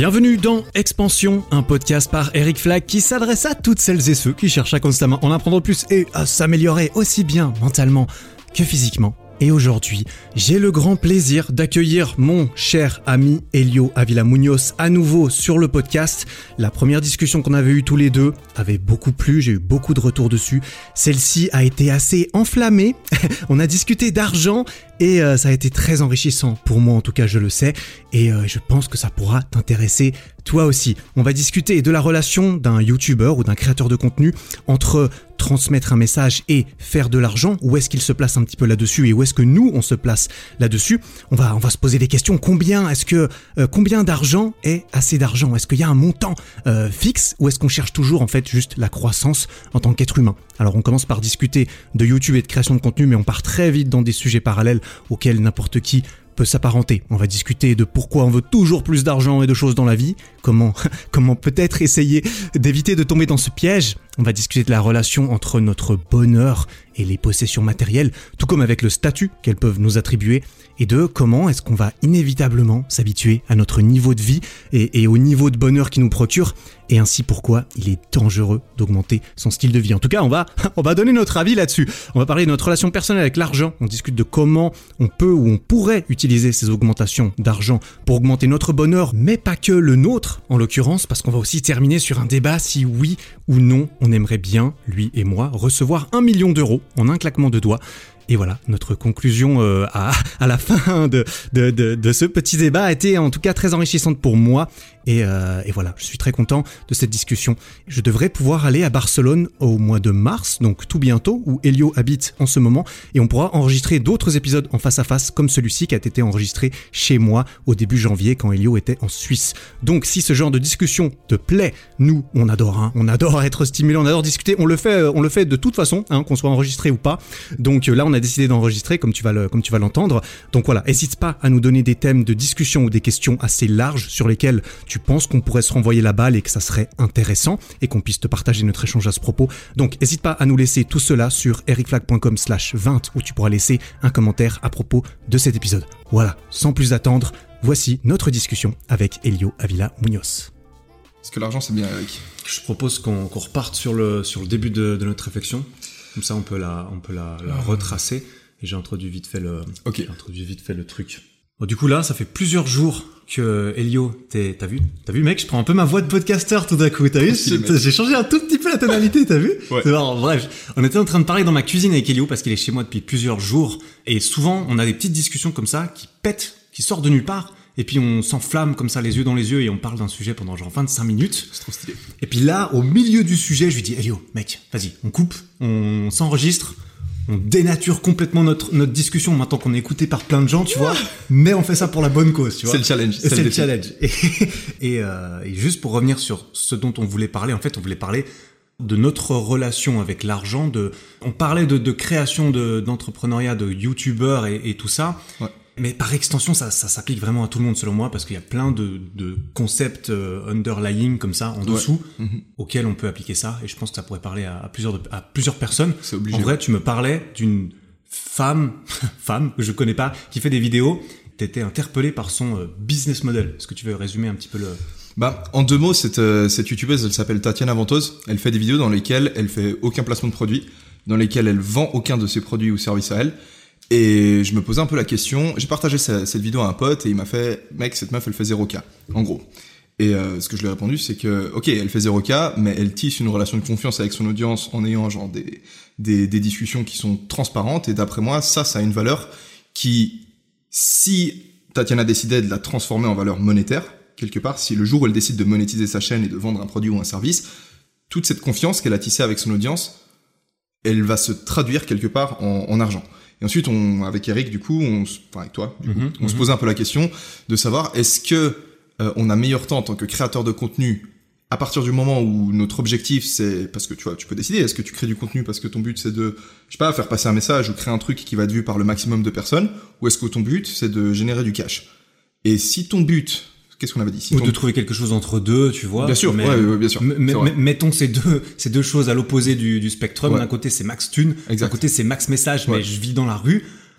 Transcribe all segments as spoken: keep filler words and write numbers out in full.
Bienvenue dans Expansion, un podcast par Eric Flack qui s'adresse à toutes celles et ceux qui cherchent à constamment en apprendre plus et à s'améliorer aussi bien mentalement que physiquement. Et aujourd'hui, j'ai le grand plaisir d'accueillir mon cher ami Elio Avila Munoz à nouveau sur le podcast. La première discussion qu'on avait eue tous les deux avait beaucoup plu, j'ai eu beaucoup de retours dessus. Celle-ci a été assez enflammée, on a discuté d'argent et euh, ça a été très enrichissant pour moi, en tout cas je le sais. Et euh, je pense que ça pourra t'intéresser toi aussi. On va discuter de la relation d'un youtubeur ou d'un créateur de contenu entre transmettre un message et faire de l'argent. Où est-ce qu'il se place un petit peu là-dessus et où est-ce que nous on se place là-dessus. On va on va se poser des questions. Combien est-ce que euh, combien d'argent est assez d'argent? Est-ce qu'il y a un montant euh, fixe ou est-ce qu'on cherche toujours en fait juste la croissance en tant qu'être humain? Alors on commence par discuter de YouTube et de création de contenu, mais on part très vite dans des sujets parallèles auxquels n'importe qui peut s'apparenter. On va discuter de pourquoi on veut toujours plus d'argent et de choses dans la vie, comment, comment peut-être essayer d'éviter de tomber dans ce piège. On va discuter de la relation entre notre bonheur et les possessions matérielles, tout comme avec le statut qu'elles peuvent nous attribuer, et de comment est-ce qu'on va inévitablement s'habituer à notre niveau de vie et, et au niveau de bonheur qu'il nous procure, et ainsi pourquoi il est dangereux d'augmenter son style de vie. En tout cas, on va, on va donner notre avis là-dessus. On va parler de notre relation personnelle avec l'argent. On discute de comment on peut ou on pourrait utiliser ces augmentations d'argent pour augmenter notre bonheur, mais pas que le nôtre, en l'occurrence, parce qu'on va aussi terminer sur un débat si oui ou non on aimerait bien, lui et moi, recevoir un million d'euros en un claquement de doigts. Et voilà, notre conclusion euh, à, à la fin de, de, de, de ce petit débat a été en tout cas très enrichissante pour moi. Et, euh, et voilà, je suis très content de cette discussion. Je devrais pouvoir aller à Barcelone au mois de mars, donc tout bientôt, où Elio habite en ce moment. Et on pourra enregistrer d'autres épisodes en face à face, comme celui-ci qui a été enregistré chez moi au début janvier quand Elio était en Suisse. Donc si ce genre de discussion te plaît, nous, on adore, hein, on adore être stimulé, on adore discuter. On le fait, on le fait de toute façon, hein, qu'on soit enregistré ou pas. Donc là, on a décidé d'enregistrer comme tu vas le, comme tu vas l'entendre. Donc voilà, n'hésite pas à nous donner des thèmes de discussion ou des questions assez larges sur lesquelles tu penses qu'on pourrait se renvoyer la balle et que ça serait intéressant et qu'on puisse te partager notre échange à ce propos. Donc n'hésite pas à nous laisser tout cela sur ericflag point com slash vingt où tu pourras laisser un commentaire à propos de cet épisode. Voilà, sans plus attendre, voici notre discussion avec Elio Avila Munoz. Est-ce que l'argent c'est bien, Eric? Je propose qu'on, qu'on reparte sur le, sur le début de, de notre réflexion. Comme ça on peut la, on peut la, la retracer. Et j'ai introduit vite fait le, okay. j'ai introduit vite fait le truc. Bon, du coup là, ça fait plusieurs jours que Elio, t'es, t'as vu, t'as vu mec, je prends un peu ma voix de podcasteur tout d'un coup, t'as vu, j'ai, j'ai changé un tout petit peu la tonalité, t'as vu? Ouais. C'est marrant. Bref, on était en train de parler dans ma cuisine avec Elio parce qu'il est chez moi depuis plusieurs jours et souvent on a des petites discussions comme ça qui pètent, qui sortent de nulle part. Et puis on s'enflamme comme ça les yeux dans les yeux et on parle d'un sujet pendant genre vingt-cinq minutes. C'est trop stylé. Et puis là, au milieu du sujet, je lui dis Elio, mec, vas-y, on coupe, on s'enregistre. On dénature complètement notre, notre discussion maintenant qu'on est écouté par plein de gens, tu vois. Mais on fait ça pour la bonne cause, tu vois. C'est le challenge. C'est, c'est le, le challenge. Et, et, euh, et juste pour revenir sur ce dont on voulait parler, en fait, on voulait parler de notre relation avec l'argent. De, on parlait de, de création de, d'entrepreneuriat, de youtubeurs et, et tout ça. Ouais. Mais par extension, ça, ça s'applique vraiment à tout le monde selon moi parce qu'il y a plein de, de concepts euh, underlying comme ça en dessous ouais. mm-hmm. auxquels on peut appliquer ça. Et je pense que ça pourrait parler à, à plusieurs, de, à plusieurs personnes. C'est obligé. En vrai, tu me parlais d'une femme, femme que je connais pas, qui fait des vidéos. T'étais interpellé par son euh, business model. Est-ce que tu veux résumer un petit peu le... Bah, en deux mots, cette, euh, cette youtubeuse, elle s'appelle Tatiana Ventose. Elle fait des vidéos dans lesquelles elle fait aucun placement de produit, dans lesquelles elle vend aucun de ses produits ou services à elle. Et je me posais un peu la question, j'ai partagé cette, cette vidéo à un pote et il m'a fait « Mec, cette meuf, elle fait zéro K, en gros. » Et euh, ce que je lui ai répondu, c'est que, ok, elle fait zéro K, mais elle tisse une relation de confiance avec son audience en ayant genre des, des, des discussions qui sont transparentes. Et d'après moi, ça, ça a une valeur qui, si Tatiana décidait de la transformer en valeur monétaire, quelque part, si le jour où elle décide de monétiser sa chaîne et de vendre un produit ou un service, toute cette confiance qu'elle a tissée avec son audience, elle va se traduire quelque part en, en argent. Et ensuite, on, avec Eric, du coup, on, enfin avec toi, du coup, mmh, on mmh. se posait un peu la question de savoir est-ce que euh, on a meilleur temps en tant que créateur de contenu à partir du moment où notre objectif c'est, parce que tu vois, tu peux décider, est-ce que tu crées du contenu parce que ton but c'est de, je sais pas, faire passer un message ou créer un truc qui va être vu par le maximum de personnes, ou est-ce que ton but c'est de générer du cash? Et si ton but, qu'est-ce qu'on avait dit si Ou ton... de trouver quelque chose entre deux, tu vois. Bien sûr, mais, ouais, ouais, bien sûr. Mais, mais, mettons ces deux, ces deux choses à l'opposé du, du spectrum. Ouais. D'un côté, c'est max thune. D'un côté, c'est max message, ouais. mais je vis dans la rue.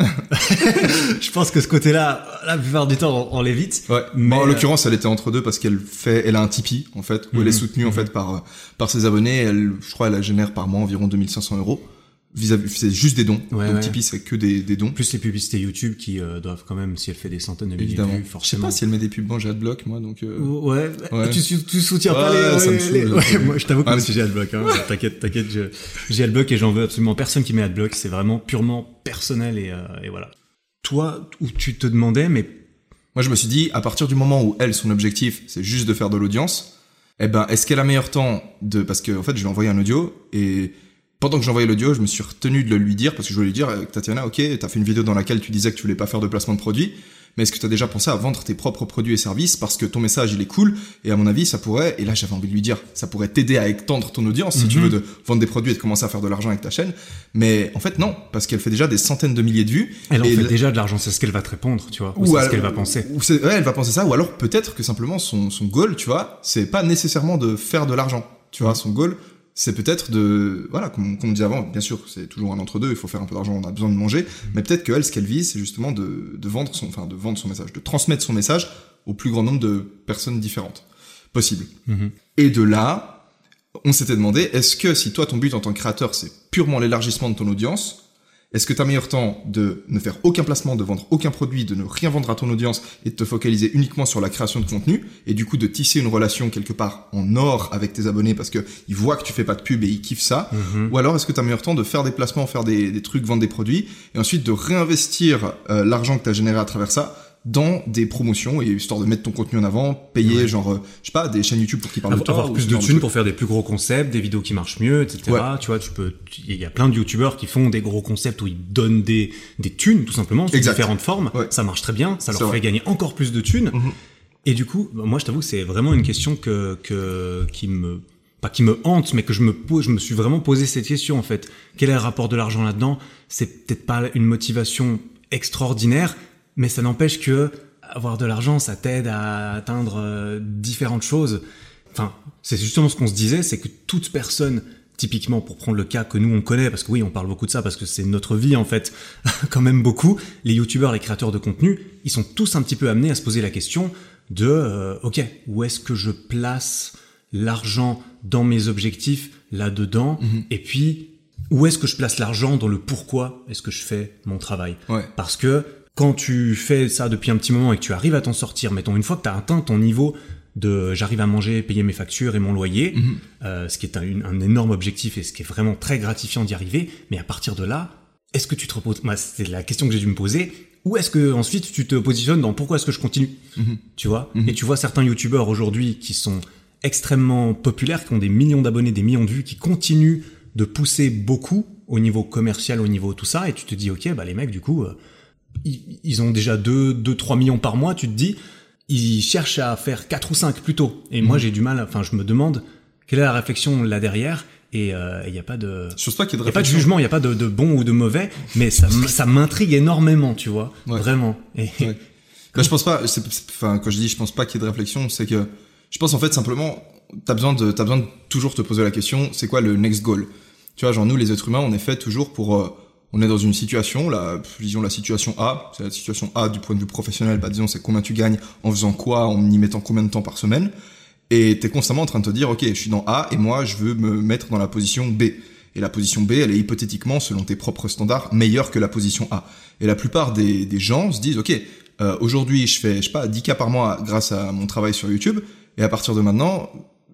Je pense que ce côté-là, la plupart du temps, on, on l'évite. Ouais. Mais Bon, en euh, l'occurrence, elle était entre deux parce qu'elle fait, elle a un Tipeee, en fait, où mmh, elle est soutenue, mmh. en fait, par, par ses abonnés. Elle, je crois, elle la génère par mois environ deux mille cinq cents euros. Vis-à-vis, c'est juste des dons. Ouais, Donc, ouais. Tipeee, c'est que des, des dons. Plus les publicités YouTube qui euh, doivent quand même, si elle fait des centaines de milliers de Évidemment. vues, Je sais forcément. pas si elle met des pubs, bon, j'ai Adblock, moi, donc, euh... Ouais, Ouais. Tu, tu soutiens Ouais, pas les... ça me les- saoule, les- un ouais, peu. moi, je t'avoue que Ah, moi mais- aussi j'ai Adblock, hein. T'inquiète, t'inquiète, je- j'ai Adblock et j'en veux absolument personne qui met Adblock. C'est vraiment purement personnel et, euh, et voilà. Toi, où tu te demandais, mais Moi, je me suis dit, à partir du moment où elle, son objectif, c'est juste de faire de l'audience, eh ben, est-ce qu'elle a meilleur temps de, parce que, en fait, je lui ai envoyé un audio, et pendant que j'envoyais l'audio, je me suis retenu de le lui dire, parce que je voulais lui dire, euh, Tatiana, ok, t'as fait une vidéo dans laquelle tu disais que tu voulais pas faire de placement de produits, mais est-ce que t'as déjà pensé à vendre tes propres produits et services, parce que ton message, il est cool, et à mon avis, ça pourrait, et là, j'avais envie de lui dire, ça pourrait t'aider à étendre ton audience, si Mhm. tu veux, de vendre des produits et de commencer à faire de l'argent avec ta chaîne, mais en fait, non, parce qu'elle fait déjà des centaines de milliers de vues. elle en et fait l- déjà de l'argent, c'est ce qu'elle va te répondre, tu vois, ou, ou c'est alors- ce qu'elle va penser. ou c'est- ouais, elle va penser ça, ou alors peut-être que simplement son, son goal, tu vois, c'est pas nécessairement de faire de l'argent. Tu vois, son goal, c'est peut-être de, voilà, comme, comme on disait avant, bien sûr, c'est toujours un entre-deux, il faut faire un peu d'argent, on a besoin de manger, mais peut-être qu'elle, ce qu'elle vise, c'est justement de, de vendre son, enfin, de vendre son message, de transmettre son message au plus grand nombre de personnes différentes possible. Mhm. Et de là, on s'était demandé, est-ce que si toi, ton but en tant que créateur, c'est purement l'élargissement de ton audience, est-ce que tu as meilleur temps de ne faire aucun placement, de vendre aucun produit, de ne rien vendre à ton audience et de te focaliser uniquement sur la création de contenu et du coup de tisser une relation quelque part en or avec tes abonnés parce que ils voient que tu fais pas de pub et ils kiffent ça, Mhm. ou alors est-ce que tu as meilleur temps de faire des placements, faire des, des trucs, vendre des produits et ensuite de réinvestir euh, l'argent que tu as généré à travers ça dans des promotions et histoire de mettre ton contenu en avant, payer Ouais. genre, euh, je sais pas, des chaînes YouTube pour qu'ils parlent de toi. Avoir ou plus ce de genre thunes trucs. pour faire des plus gros concepts, des vidéos qui marchent mieux, et cetera. Tu vois, tu peux, il y a plein de youtubeurs qui font des gros concepts où ils donnent des, des thunes, tout simplement, sous Exact. différentes formes. Ouais. Ça marche très bien, ça C'est leur vrai. fait gagner encore plus de thunes. Mhm. Et du coup, moi, je t'avoue que c'est vraiment une question que, que, qui me, pas qui me hante, mais que je me pose, je me suis vraiment posé cette question, en fait. Quel est le rapport de l'argent là-dedans? C'est peut-être pas une motivation extraordinaire, mais ça n'empêche que avoir de l'argent, ça t'aide à atteindre euh, différentes choses. Enfin, c'est justement ce qu'on se disait, c'est que toute personne, typiquement pour prendre le cas que nous on connaît, parce que oui, on parle beaucoup de ça, parce que c'est notre vie en fait, quand même beaucoup, les youtubeurs, les créateurs de contenu, ils sont tous un petit peu amenés à se poser la question de, euh, ok, où est-ce que je place l'argent dans mes objectifs là-dedans, Mhm. et puis où est-ce que je place l'argent dans le pourquoi est-ce que je fais mon travail. Ouais. Parce que quand tu fais ça depuis un petit moment et que tu arrives à t'en sortir, mettons une fois que tu as atteint ton niveau de j'arrive à manger, payer mes factures et mon loyer, Mhm. euh, ce qui est un, une- un énorme objectif et ce qui est vraiment très gratifiant d'y arriver, mais à partir de là, est-ce que tu te reposes, moi c'est la question que j'ai dû me poser, ou est-ce que ensuite tu te positionnes dans pourquoi est-ce que je continue, Mhm. tu vois, Mhm. et tu vois certains youtubeurs aujourd'hui qui sont extrêmement populaires, qui ont des millions d'abonnés, des millions de vues, qui continuent de pousser beaucoup au niveau commercial, au niveau tout ça, et tu te dis ok, bah les mecs du coup, euh, ils, ils ont déjà deux, deux, trois millions par mois, tu te dis, ils cherchent à faire quatre ou cinq plutôt. Et moi, Mhm. j'ai du mal, enfin, je me demande quelle est la réflexion là derrière. Et il euh, n'y a pas de, Je pense pas qu'il y ait y de a pas de réflexion. jugement, il y a pas de, de bon ou de mauvais, mais ça, m- ça m'intrigue énormément, tu vois, Ouais. vraiment. Et, Ouais. Bah, je pense pas, c'est- c'est- enfin, quand je dis je pense pas qu'il y ait de réflexion, c'est que je pense en fait simplement, t'as besoin de, t'as besoin de toujours te poser la question, c'est quoi le next goal? Tu vois, genre nous, les êtres humains, on est fait toujours pour, euh, on est dans une situation, la, disons la situation A, c'est la situation A du point de vue professionnel, bah disons c'est combien tu gagnes en faisant quoi, en y mettant combien de temps par semaine, et t'es constamment en train de te dire, ok, je suis dans A et moi je veux me mettre dans la position B. Et la position B, elle est hypothétiquement, selon tes propres standards, meilleure que la position A. Et la plupart des, des gens se disent, ok, euh, aujourd'hui je fais, je sais pas, dix K par mois grâce à mon travail sur YouTube, et à partir de maintenant,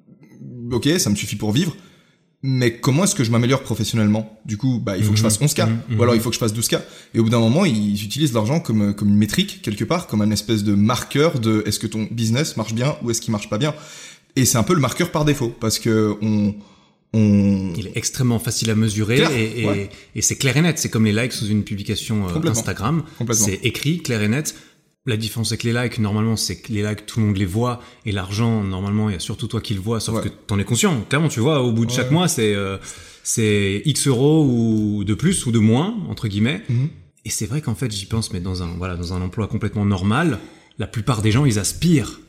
ok, ça me suffit pour vivre, mais comment est-ce que je m'améliore professionnellement? Du coup, bah, il faut que je fasse onze K, Mhm. ou alors il faut que je fasse douze K. Et au bout d'un moment, ils utilisent l'argent comme, comme une métrique, quelque part, comme un espèce de marqueur de est-ce que ton business marche bien ou est-ce qu'il marche pas bien. Et c'est un peu le marqueur par défaut, parce que on, on... il est extrêmement facile à mesurer Clair, et, et, ouais. et c'est clair et net. C'est comme les likes sous une publication euh, Complètement. Instagram. Complètement. C'est écrit, clair et net. La différence avec les likes, normalement, c'est que les likes, tout le monde les voit, et l'argent, normalement, il y a surtout toi qui le vois, sauf Ouais. que t'en es conscient. Clairement, tu vois, au bout de Ouais. chaque mois, c'est euh, c'est X euros ou de plus ou de moins, entre guillemets. Mhm. Et c'est vrai qu'en fait, j'y pense, mais dans un voilà, dans un emploi complètement normal, la plupart des gens, ils aspirent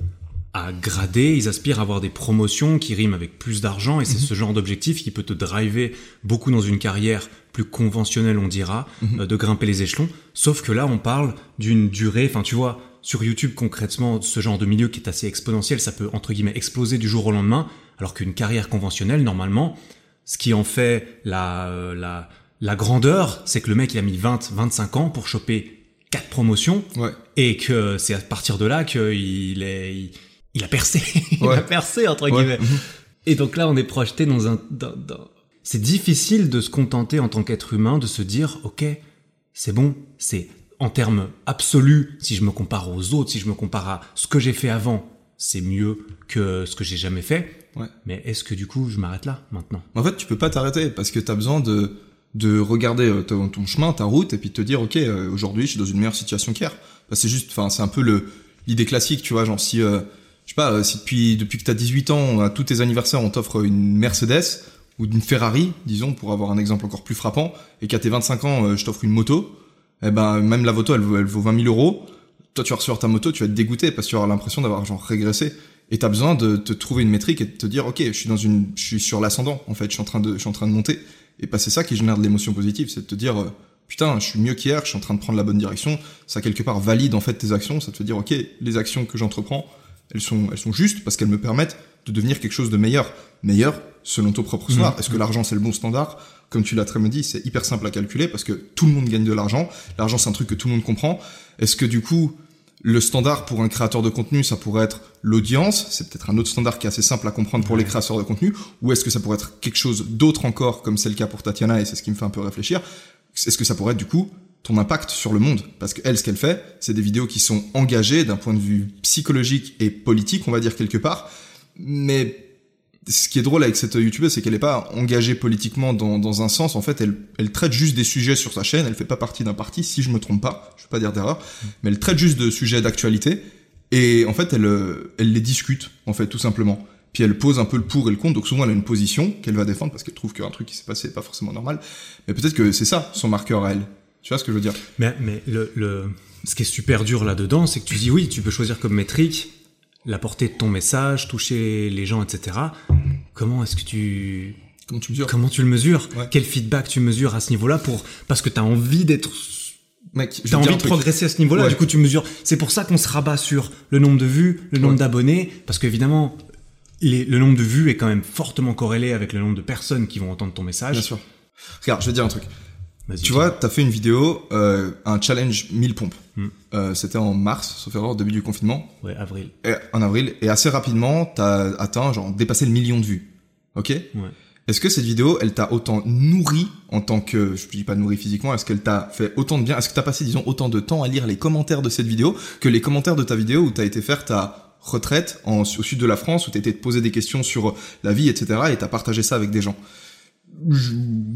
à grader, ils aspirent à avoir des promotions qui riment avec plus d'argent, et c'est mmh. ce genre d'objectif qui peut te driver beaucoup dans une carrière plus conventionnelle, on dira, mmh. euh, de grimper les échelons. Sauf que là, on parle d'une durée, enfin tu vois, sur YouTube concrètement, ce genre de milieu qui est assez exponentiel, ça peut entre guillemets exploser du jour au lendemain, alors qu'une carrière conventionnelle, normalement, ce qui en fait la, euh, la, la grandeur, c'est que le mec il a mis vingt, vingt-cinq ans pour choper quatre promotions, ouais. et que c'est à partir de là qu'il est... Il, Il a percé, il ouais. a percé entre guillemets. Ouais. Et donc là, on est projeté dans un. Dans, dans... C'est difficile de se contenter en tant qu'être humain de se dire, ok, c'est bon, c'est en termes absolus. Si je me compare aux autres, si je me compare à ce que j'ai fait avant, c'est mieux que ce que j'ai jamais fait. Ouais. Mais est-ce que du coup, je m'arrête là maintenant ? En fait, tu peux pas t'arrêter parce que t'as besoin de de regarder ton, ton chemin, ta route, et puis de te dire, ok, euh, aujourd'hui, je suis dans une meilleure situation qu'hier. Bah, c'est juste, enfin, c'est un peu le l'idée classique, tu vois, genre si. Euh, Je sais pas, si depuis, depuis que t'as dix-huit ans, à tous tes anniversaires, on t'offre une Mercedes ou une Ferrari, disons, pour avoir un exemple encore plus frappant, et qu'à tes vingt-cinq ans, je t'offre une moto, eh ben, même la moto, elle vaut, elle vaut vingt mille euros. Toi, tu vas recevoir ta moto, tu vas être dégoûté parce que tu vas avoir l'impression d'avoir, genre, régressé. Et t'as besoin de te trouver une métrique et de te dire, ok, je suis dans une, je suis sur l'ascendant, en fait, je suis en train de, je suis en train de monter. Et bah, c'est ça qui génère de l'émotion positive, c'est de te dire, euh, putain, je suis mieux qu'hier, je suis en train de prendre la bonne direction. Ça, quelque part, valide, en fait, tes actions. Ça te fait dire, ok, les actions que j'entreprends, elles sont, elles sont justes parce qu'elles me permettent de devenir quelque chose de meilleur. Meilleur selon ton propre standard. Mmh. Est-ce que l'argent, c'est le bon standard ? Comme tu l'as très bien dit, c'est hyper simple à calculer parce que tout le monde gagne de l'argent. L'argent, c'est un truc que tout le monde comprend. Est-ce que du coup, le standard pour un créateur de contenu, ça pourrait être l'audience ? C'est peut-être un autre standard qui est assez simple à comprendre pour ouais. les créateurs de contenu. Ou est-ce que ça pourrait être quelque chose d'autre encore, comme c'est le cas pour Tatiana, et c'est ce qui me fait un peu réfléchir. Est-ce que ça pourrait être du coup ton impact sur le monde, parce qu'elle, ce qu'elle fait, c'est des vidéos qui sont engagées d'un point de vue psychologique et politique, on va dire quelque part, mais ce qui est drôle avec cette youtubeuse, c'est qu'elle est pas engagée politiquement dans, dans un sens, en fait, elle, elle traite juste des sujets sur sa chaîne, elle fait pas partie d'un parti, si je me trompe pas, je vais pas dire d'erreur, mais elle traite juste de sujets d'actualité, et en fait, elle, elle les discute, en fait, tout simplement. Puis elle pose un peu le pour et le contre, donc souvent elle a une position qu'elle va défendre, parce qu'elle trouve qu'un truc qui s'est passé est pas forcément normal, mais peut-être que c'est ça, son marqueur à elle. Tu vois ce que je veux dire ? Mais, mais le, le, ce qui est super dur là-dedans, c'est que tu dis oui, tu peux choisir comme métrique la portée de ton message, toucher les gens, et cetera. Comment est-ce que tu... Comment tu mesures ? Comment tu le mesures ? Ouais. Quel feedback tu mesures à ce niveau-là pour... Parce que t'as envie d'être... Mec, t'as envie de progresser à ce niveau-là, ouais. Du coup tu mesures... C'est pour ça qu'on se rabat sur le nombre de vues, le nombre ouais. d'abonnés, parce qu'évidemment, les, le nombre de vues est quand même fortement corrélé avec le nombre de personnes qui vont entendre ton message. Bien sûr. Regarde, je vais te dire un truc. Vas-y, tu vois, t'as fait une vidéo, euh, un challenge mille pompes. Mm. Euh, c'était en mars, sauf erreur, au début du confinement. Ouais, avril. Et, en avril. Et assez rapidement, t'as atteint, genre, dépassé le million de vues. Ok ? Ouais. Est-ce que cette vidéo, elle t'a autant nourri en tant que, je dis pas nourri physiquement, est-ce qu'elle t'a fait autant de bien ? Est-ce que t'as passé, disons, autant de temps à lire les commentaires de cette vidéo que les commentaires de ta vidéo où t'as été faire ta retraite en, au sud de la France, où t'as été te poser des questions sur la vie, et cetera, et t'as partagé ça avec des gens ? Je...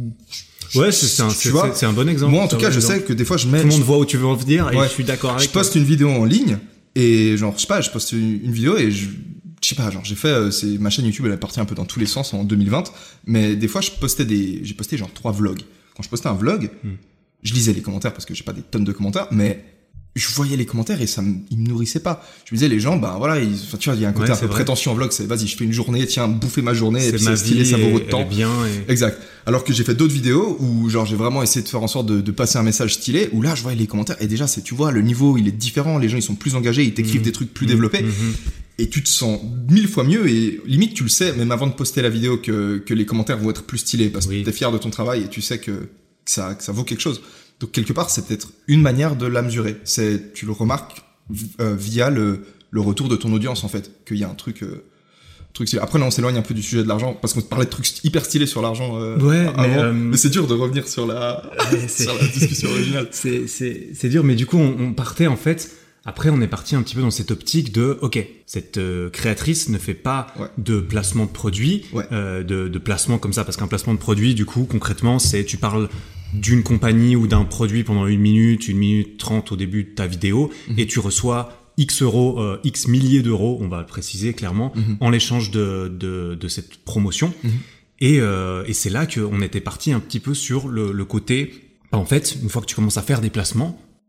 Ouais, c'est, c'est, un, c'est, c'est, c'est un bon exemple. Moi, en tout cas, bon je exemple. sais que des fois, je mets... Tout le monde voit où tu veux en venir et ouais. je suis d'accord avec Je poste toi. Une vidéo en ligne et genre, je sais pas, je poste une, une vidéo et je... Je sais pas, genre, j'ai fait... Euh, c'est, ma chaîne YouTube, elle est partie un peu dans tous les sens en deux mille vingt, mais des fois, je postais des... J'ai posté genre trois vlogs. Quand je postais un vlog, hmm. je lisais les commentaires parce que j'ai pas des tonnes de commentaires, mais... je voyais les commentaires et ça me, ils me nourrissaient pas. Je me disais, les gens, bah voilà, ils, enfin, tu vois, il y a un côté ouais, un peu vrai. prétentieux en vlog, c'est vas-y, je fais une journée, tiens, bouffer ma journée, c'est et puis c'est stylé, ça vaut votre temps. Bien et... Exact. Alors que j'ai fait d'autres vidéos où, genre, j'ai vraiment essayé de faire en sorte de, de passer un message stylé, où là, je voyais les commentaires et déjà, c'est, tu vois, le niveau, il est différent, les gens, ils sont plus engagés, ils t'écrivent mmh. des trucs plus mmh. développés. Mmh. Et tu te sens mille fois mieux et limite, tu le sais, même avant de poster la vidéo, que, que les commentaires vont être plus stylés parce oui. que t'es fier de ton travail et tu sais que, que ça, que ça vaut quelque chose. Donc quelque part, c'est peut-être une manière de la mesurer. C'est, tu le remarques euh, via le, le retour de ton audience en fait, qu'il y a un truc, euh, truc stylé. Après là, on s'éloigne un peu du sujet de l'argent parce qu'on parlait de trucs hyper stylés sur l'argent. Euh, ouais. Avant, mais, euh... mais c'est dur de revenir sur la, sur la discussion originale. C'est, c'est, c'est dur, mais du coup, on, on partait en fait. Après, on est parti un petit peu dans cette optique de, ok, cette euh, créatrice ne fait pas ouais. de placement de produit, ouais. euh, de, de placement comme ça, parce qu'un placement de produit, du coup, concrètement, c'est tu parles d'une compagnie ou d'un produit pendant une minute, une minute trente au début de ta vidéo, mmh. et tu reçois X euros, euh, X milliers d'euros, on va le préciser clairement, mmh. en l'échange de, de, de cette promotion. Mmh. Et, euh, et c'est là qu'on était parti un petit peu sur le, le côté, en fait, une fois que tu commences à faire des placements,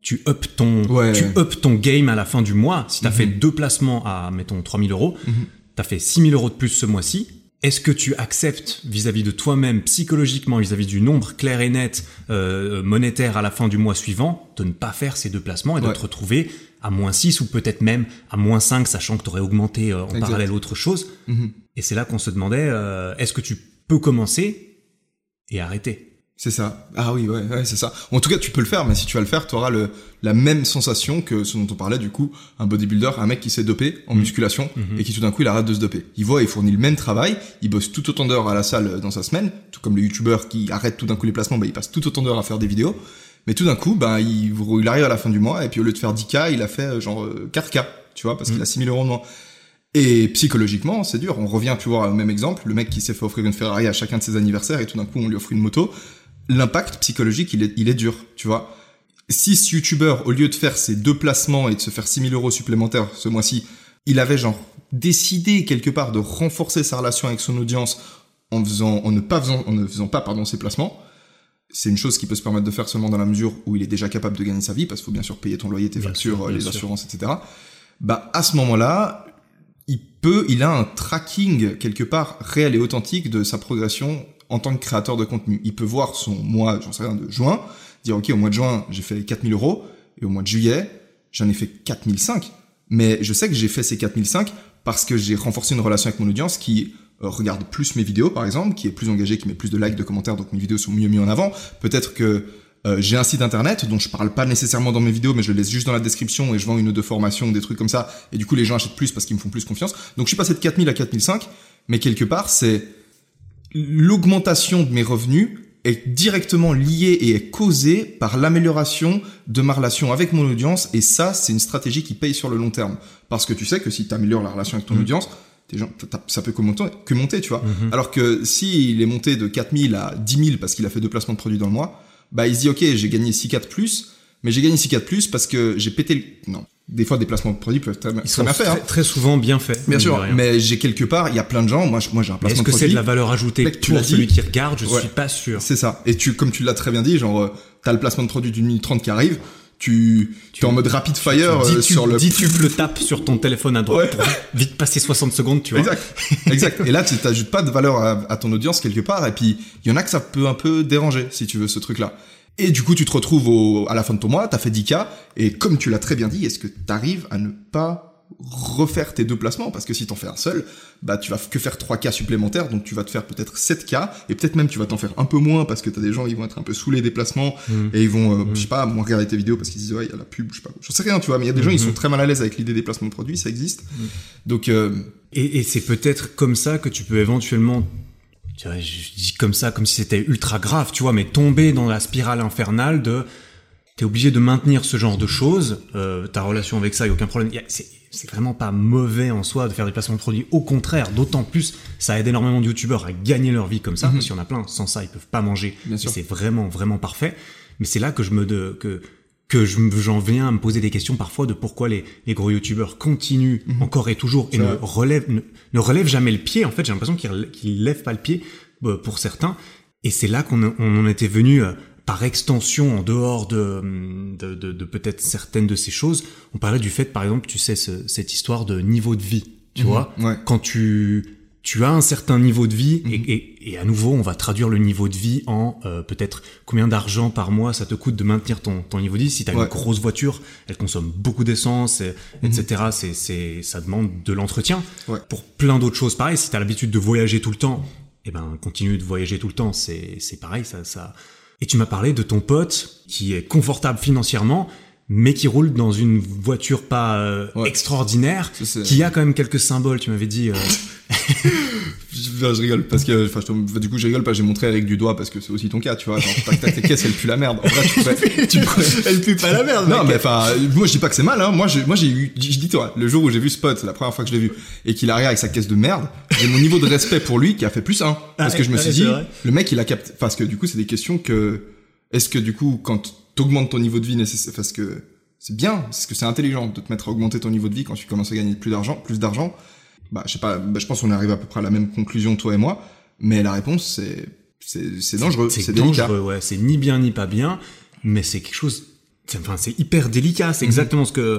tu up ton, Ouais. tu up ton game à la fin du mois. Si t'as Mm-hmm. fait deux placements à, mettons, trois mille euros, Mm-hmm. t'as fait six mille euros de plus ce mois-ci. Est-ce que tu acceptes vis-à-vis de toi-même, psychologiquement, vis-à-vis du nombre clair et net euh, monétaire à la fin du mois suivant, de ne pas faire ces deux placements et de Ouais. te retrouver à moins six ou peut-être même à moins cinq, sachant que tu aurais augmenté euh, en Exact. parallèle autre chose. Mhm. Et c'est là qu'on se demandait, euh, est-ce que tu peux commencer et arrêter ? C'est ça. Ah oui, ouais, ouais, c'est ça. En tout cas, tu peux le faire, mais si tu vas le faire, tu auras le, la même sensation que ce dont on parlait, du coup, un bodybuilder, un mec qui s'est dopé en Mmh. musculation Mmh. et qui tout d'un coup, il arrête de se doper. Il voit, il fournit le même travail, il bosse tout autant d'heures à la salle dans sa semaine, tout comme le youtubeur qui arrête tout d'un coup les placements, bah, il passe tout autant d'heures à faire des vidéos. Mais tout d'un coup, bah, il, il arrive à la fin du mois et puis au lieu de faire dix K, il a fait genre euh, quatre K, tu vois, parce mmh. qu'il a six mille euros de moins. Et psychologiquement, c'est dur. On revient, tu vois, au même exemple, le mec qui s'est fait offrir une Ferrari à chacun de ses anniversaires et tout d'un coup, on lui offre une moto. L'impact psychologique, il est, il est dur, tu vois. Si ce youtubeur, au lieu de faire ses deux placements et de se faire six mille euros supplémentaires ce mois-ci, il avait genre décidé quelque part de renforcer sa relation avec son audience en faisant, en ne pas faisant, en ne faisant pas, pardon, ses placements, c'est une chose qui peut se permettre de faire seulement dans la mesure où il est déjà capable de gagner sa vie, parce qu'il faut bien sûr payer ton loyer, tes bien factures, sûr, les sûr. assurances, et cetera. Bah, à ce moment-là, il peut, il a un tracking quelque part réel et authentique de sa progression en tant que créateur de contenu. Il peut voir son mois, j'en sais rien, de juin, dire ok, au mois de juin, j'ai fait quatre mille euros, et au mois de juillet, j'en ai fait quatre mille cinq. Mais je sais que j'ai fait ces quatre mille cinq parce que j'ai renforcé une relation avec mon audience qui euh, regarde plus mes vidéos, par exemple, qui est plus engagée, qui met plus de likes, de commentaires, donc mes vidéos sont mieux mises en avant. Peut-être que euh, j'ai un site internet dont je parle pas nécessairement dans mes vidéos, mais je le laisse juste dans la description et je vends une ou deux formations, des trucs comme ça, et du coup les gens achètent plus parce qu'ils me font plus confiance. Donc je suis passé de quatre mille à quatre mille cinq, mais quelque part c'est l'augmentation de mes revenus est directement liée et est causée par l'amélioration de ma relation avec mon audience, et ça, c'est une stratégie qui paye sur le long terme. Parce que tu sais que si tu améliores la relation avec ton mmh. audience, tes gens, ça peut que monter, que monter, tu vois. Mmh. Alors que s'il est monté de quatre mille à dix mille parce qu'il a fait deux placements de produits dans le mois, bah il se dit ok, j'ai gagné six K de plus, mais j'ai gagné six K de plus parce que j'ai pété le... Non. Des fois, des placements de produits peuvent très, Ils très sont bien faits. Très, hein. très souvent bien faits. Bien sûr, mais j'ai quelque part, il y a plein de gens, moi, moi j'ai un placement de produit. Est-ce que c'est de la valeur ajoutée Mec, pour celui qui regarde? Je ouais. suis pas sûr. C'est ça. Et tu, comme tu l'as très bien dit, genre, euh, t'as le placement de produit d'une minute trente qui arrive, tu, tu es en mode rapid fire tu, tu, euh, tu, sur le... Dis tu le tapes sur ton téléphone à droite ouais. pour vite passer soixante secondes, tu vois. Exact. Exact. Et là, tu t'ajoutes pas de valeur à, à ton audience quelque part, et puis, il y en a que ça peut un peu déranger, si tu veux, ce truc-là. Et du coup, tu te retrouves au, à la fin de ton mois, t'as fait dix K, et comme tu l'as très bien dit, est-ce que t'arrives à ne pas refaire tes deux placements? Parce que si t'en fais un seul, bah tu vas que faire trois K supplémentaires, donc tu vas te faire peut-être sept K, et peut-être même tu vas t'en faire un peu moins, parce que t'as des gens, ils vont être un peu saoulés des placements, mmh. et ils vont, euh, mmh. je sais pas, moins regarder tes vidéos parce qu'ils disent, ouais, il y a la pub, je sais pas, je sais rien, tu vois, mais il y a des mmh. gens, ils sont très mal à l'aise avec l'idée des placements de produits, ça existe. Mmh. Donc, euh... Et, et c'est peut-être comme ça que tu peux éventuellement... Tu vois, je dis comme ça, comme si c'était ultra grave, tu vois, mais tomber dans la spirale infernale de, t'es obligé de maintenir ce genre de choses, euh, ta relation avec ça, y a aucun problème. Y a, c'est, c'est vraiment pas mauvais en soi de faire des placements de produits. Au contraire, d'autant plus, ça aide énormément de youtubeurs à gagner leur vie comme ça, mm-hmm. parce qu'il y en a plein. Sans ça, ils peuvent pas manger. Bien sûr. Et c'est vraiment, vraiment parfait. Mais c'est là que je me, de, que, que je, j'en viens à me poser des questions parfois de pourquoi les, les gros youtubeurs continuent mmh. encore et toujours et ne relèvent, ne, ne relèvent jamais le pied. En fait, j'ai l'impression qu'ils, qu'ils lèvent pas le pied euh, pour certains. Et c'est là qu'on on en était venu euh, par extension, en dehors de, de, de, de peut-être certaines de ces choses. On parlait du fait, par exemple, tu sais, ce, cette histoire de niveau de vie. Tu mmh. vois, ouais. quand tu tu as un certain niveau de vie, mmh. et, et, et à nouveau, on va traduire le niveau de vie en euh, peut-être combien d'argent par mois ça te coûte de maintenir ton, ton niveau de vie. Si tu as ouais. une grosse voiture, elle consomme beaucoup d'essence, et, mmh. et cetera. C'est, c'est, ça demande de l'entretien. Ouais. Pour plein d'autres choses, pareil, si tu as l'habitude de voyager tout le temps, eh ben continue de voyager tout le temps, c'est, c'est pareil. Ça, ça... Et tu m'as parlé de ton pote qui est confortable financièrement, mais qui roule dans une voiture pas euh, ouais. extraordinaire, c'est, c'est... qui a quand même quelques symboles, tu m'avais dit... Euh... je, je rigole, parce que... Enfin, je, du coup, je rigole pas, j'ai montré Eric du doigt, parce que c'est aussi ton cas, tu vois. Genre, tac, tac, tac, caisse, elle pue la merde. En vrai, tu pourrais... tu pourrais... Elle pue pas la merde, non, mais enfin, moi, je dis pas que c'est mal, hein. Moi, j'ai, moi, j'ai eu... Je dis, toi, le jour où j'ai vu Spot, c'est la première fois que je l'ai vu, et qu'il arrive avec sa caisse de merde, j'ai mon niveau de respect pour lui qui a fait plus un. Parce ah, que je me suis dit, vrai. Le mec, il a capté... Parce que, du coup, c'est des questions que... Est-ce que, du coup, quand t'augmentes ton niveau de vie nécessaire... Parce que... C'est bien, parce que c'est intelligent de te mettre à augmenter ton niveau de vie quand tu commences à gagner plus d'argent, plus d'argent. Bah, je sais pas, bah, je pense qu'on arrive à peu près à la même conclusion, toi et moi. Mais la réponse, c'est, c'est, c'est dangereux, c'est, c'est dangereux, délicat. Ouais, c'est ni bien ni pas bien, mais c'est quelque chose c'est, enfin, c'est hyper délicat. C'est exactement mmh. ce que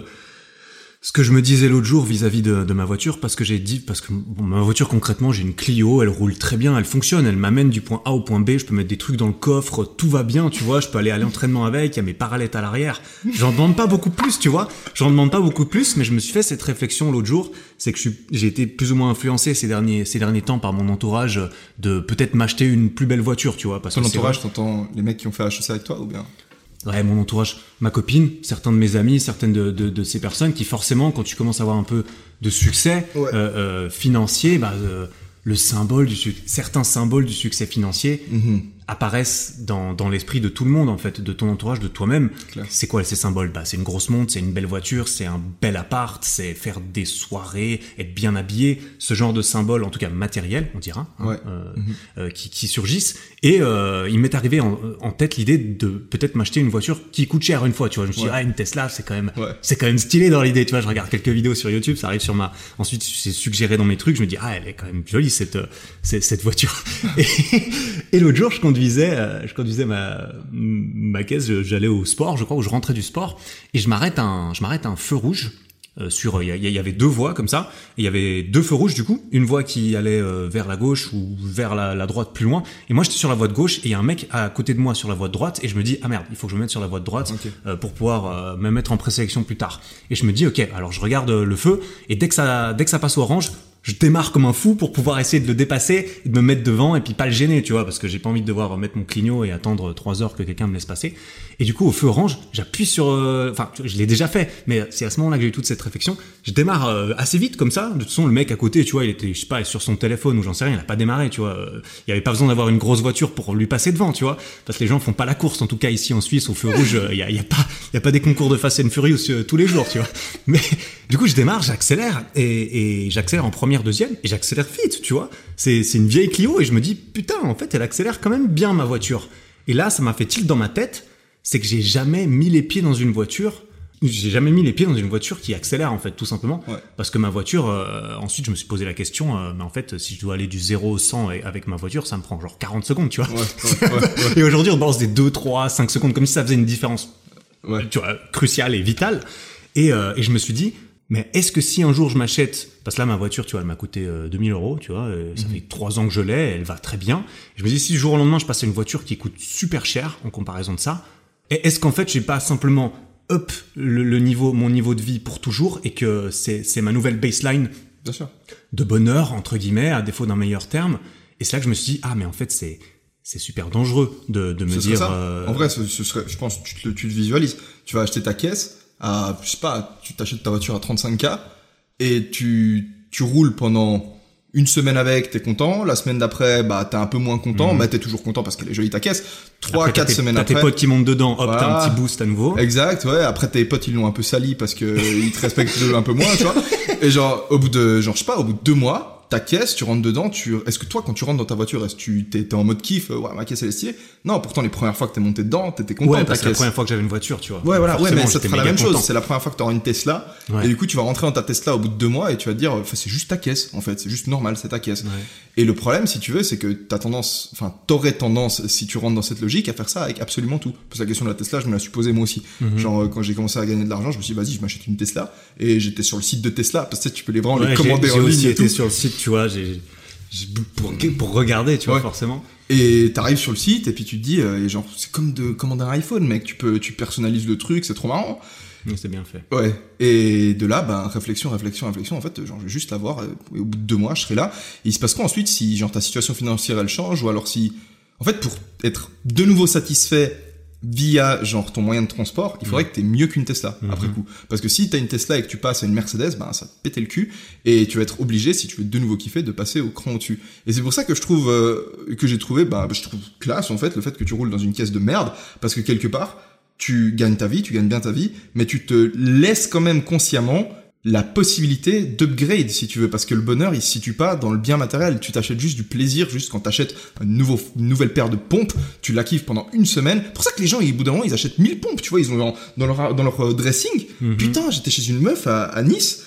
ce que je me disais l'autre jour vis-à-vis de, de ma voiture, parce que j'ai dit, parce que bon, ma voiture concrètement, j'ai une Clio, elle roule très bien, elle fonctionne, elle m'amène du point A au point B, je peux mettre des trucs dans le coffre, tout va bien, tu vois, je peux aller à l'entraînement avec, il y a mes parallettes à l'arrière, j'en demande pas beaucoup plus, tu vois, j'en demande pas beaucoup plus, mais je me suis fait cette réflexion l'autre jour, c'est que je suis, j'ai été plus ou moins influencé ces derniers, ces derniers temps par mon entourage de peut-être m'acheter une plus belle voiture, tu vois, parce Ton que entourage, t'entends les mecs qui ont fait H E C avec toi ou bien? Ouais, mon entourage, ma copine, certains de mes amis, certaines de, de, de ces personnes qui forcément, quand tu commences à avoir un peu de succès ouais. euh, euh, financier, bah, euh, le symbole du su- certains symboles du succès financier mm-hmm. apparaissent dans, dans l'esprit de tout le monde en fait, de ton entourage, de toi-même. Claire. C'est quoi ces symboles? Bah, c'est une grosse montre, c'est une belle voiture, c'est un bel appart, c'est faire des soirées, être bien habillé, ce genre de symboles, en tout cas matériels, on dira, hein, ouais. euh, mm-hmm. euh, qui, qui surgissent. Et euh, il m'est arrivé en, en tête l'idée de peut-être m'acheter une voiture qui coûte cher une fois. Tu vois, je me suis ouais. dit ah une Tesla, c'est quand même, ouais. c'est quand même stylé dans l'idée. Tu vois, je regarde quelques vidéos sur YouTube, ça arrive sur ma. Ensuite, c'est suggéré dans mes trucs. Je me dis ah elle est quand même jolie cette cette, cette voiture. et, et l'autre jour, je conduisais, euh, je conduisais ma ma caisse, j'allais au sport, je crois, où je rentrais du sport, et je m'arrête un je m'arrête un feu rouge. Euh, sur il y, y avait deux voies comme ça, et il y avait deux feux rouges du coup, une voie qui allait euh, vers la gauche ou vers la, la droite plus loin, et moi j'étais sur la voie de gauche et il y a un mec à côté de moi sur la voie de droite, et je me dis ah merde, il faut que je me mette sur la voie de droite okay. euh, pour pouvoir euh, me mettre en présélection plus tard. Et je me dis ok, alors je regarde le feu, et dès que ça dès que ça passe au orange, je démarre comme un fou pour pouvoir essayer de le dépasser, et de me mettre devant et puis pas le gêner, tu vois, parce que j'ai pas envie de devoir mettre mon clignot et attendre trois heures que quelqu'un me laisse passer. Et du coup, au feu orange, j'appuie sur, enfin, euh, je l'ai déjà fait, mais c'est à ce moment-là que j'ai eu toute cette réflexion. Je démarre euh, assez vite comme ça. De toute façon, le mec à côté, tu vois, il était, je sais pas, sur son téléphone ou j'en sais rien, il a pas démarré, tu vois. Il y avait pas besoin d'avoir une grosse voiture pour lui passer devant, tu vois, parce que les gens font pas la course. En tout cas, ici en Suisse, au feu rouge, il y a, il y a pas, il y a pas des concours de Fast and Furious euh, tous les jours, tu vois. Mais du coup, je démarre, j'accélère et, et j'accélère en première, deuxième et j'accélère vite, tu vois. C'est, c'est une vieille Clio et je me dis putain, en fait, elle accélère quand même bien ma voiture. Et là, ça m'a fait tilt dans ma tête, c'est que j'ai jamais mis les pieds dans une voiture. J'ai jamais mis les pieds dans une voiture qui accélère en fait, tout simplement, ouais. Parce que ma voiture. Euh, ensuite, je me suis posé la question, euh, mais en fait, si je dois aller du zéro au cent avec ma voiture, ça me prend genre quarante secondes, tu vois. Ouais, ouais, ouais, ouais. Et aujourd'hui, on balance des deux, trois, cinq secondes, comme si ça faisait une différence, ouais. Tu vois, cruciale et vitale. Et, euh, et je me suis dit, mais est-ce que si un jour je m'achète, parce que là ma voiture, tu vois, elle m'a coûté euh, deux mille euros, tu vois, et ça mmh. fait trois ans que je l'ai, elle va très bien. Et je me dis, si du jour au lendemain je passe à une voiture qui coûte super cher en comparaison de ça, est-ce qu'en fait j'ai pas simplement up le, le niveau, mon niveau de vie pour toujours, et que c'est, c'est ma nouvelle baseline Bien sûr. de bonheur entre guillemets, à défaut d'un meilleur terme. Et c'est là que je me suis dit, ah mais en fait c'est c'est super dangereux de, de me ce dire. Ça. Euh... En vrai, ce, ce serait, je pense, tu te, tu te visualises. Tu vas acheter ta caisse. À, je sais pas, tu t'achètes ta voiture à trente-cinq K et tu, tu roules pendant une semaine avec, t'es content. La semaine d'après, bah, t'es un peu moins content, mmh. bah, t'es toujours content parce qu'elle est jolie ta caisse. Trois, quatre semaines t'as après. T'as tes potes qui montent dedans, hop, voilà. T'as un petit boost à nouveau. Exact, ouais. Après, tes potes, ils l'ont un peu sali parce que ils te respectent un peu moins, tu vois. Et genre, au bout de, genre, je sais pas, au bout de deux mois, ta caisse, tu rentres dedans, tu, est-ce que toi, quand tu rentres dans ta voiture, est-ce que tu, t'es, t'es en mode kiff, ouais, ma caisse, elle est stylée? Non, pourtant, les premières fois que t'es monté dedans, t'étais content, ouais, ta parce caisse. que la première fois que j'avais une voiture, tu vois. Ouais, voilà, ouais, mais ça te fera la même content. chose. C'est la première fois que t'auras une Tesla. Ouais. Et du coup, tu vas rentrer dans ta Tesla au bout de deux mois et tu vas te dire, enfin, c'est juste ta caisse, en fait. C'est juste normal, c'est ta caisse. Ouais. Et le problème, si tu veux, c'est que t'as tendance, enfin, t'aurais tendance, si tu rentres dans cette logique, à faire ça avec absolument tout. Parce que la question de la Tesla, je me la suis posée moi aussi. Mm-hmm. Genre, quand j'ai commencé à gagner de l'argent, je me suis dit, vas-y, je m'achète une Tesla. Et j'étais sur le site de Tesla. Parce que tu peux les vraiment ouais, les commander j'ai, en j'ai ligne. J'ai aussi été tout. sur le site, tu vois, j'ai, Pour, pour regarder, tu vois, ouais. forcément. Et t'arrives sur le site et puis tu te dis, euh, et genre, c'est comme de commander un iPhone, mec. Tu peux, tu personnalises le truc, c'est trop marrant. Mais c'est bien fait. Ouais. Et de là, ben, réflexion, réflexion, réflexion. En fait, genre, je vais juste l'avoir. Et au bout de deux mois, je serai là. Et il se passe quoi ensuite si, genre, ta situation financière, elle change, ou alors si, en fait, pour être de nouveau satisfait via, genre, ton moyen de transport, il faudrait mmh. que t'aies mieux qu'une Tesla, mmh. après coup. Parce que si t'as une Tesla et que tu passes à une Mercedes, ben, ça te pète le cul. Et tu vas être obligé, si tu veux de nouveau kiffer, de passer au cran au-dessus. Et c'est pour ça que je trouve, euh, que j'ai trouvé, ben, je trouve classe, en fait, le fait que tu roules dans une caisse de merde. Parce que quelque part, tu gagnes ta vie, tu gagnes bien ta vie, mais tu te laisses quand même consciemment la possibilité d'upgrade, si tu veux, parce que le bonheur, il se situe pas dans le bien matériel. Tu t'achètes juste du plaisir, juste quand t'achètes un nouveau, une nouvelle paire de pompes, tu la kiffes pendant une semaine. C'est pour ça que les gens, au bout d'un moment, ils achètent mille pompes, tu vois, ils ont dans leur, dans leur dressing. Mm-hmm. Putain, j'étais chez une meuf à, à Nice.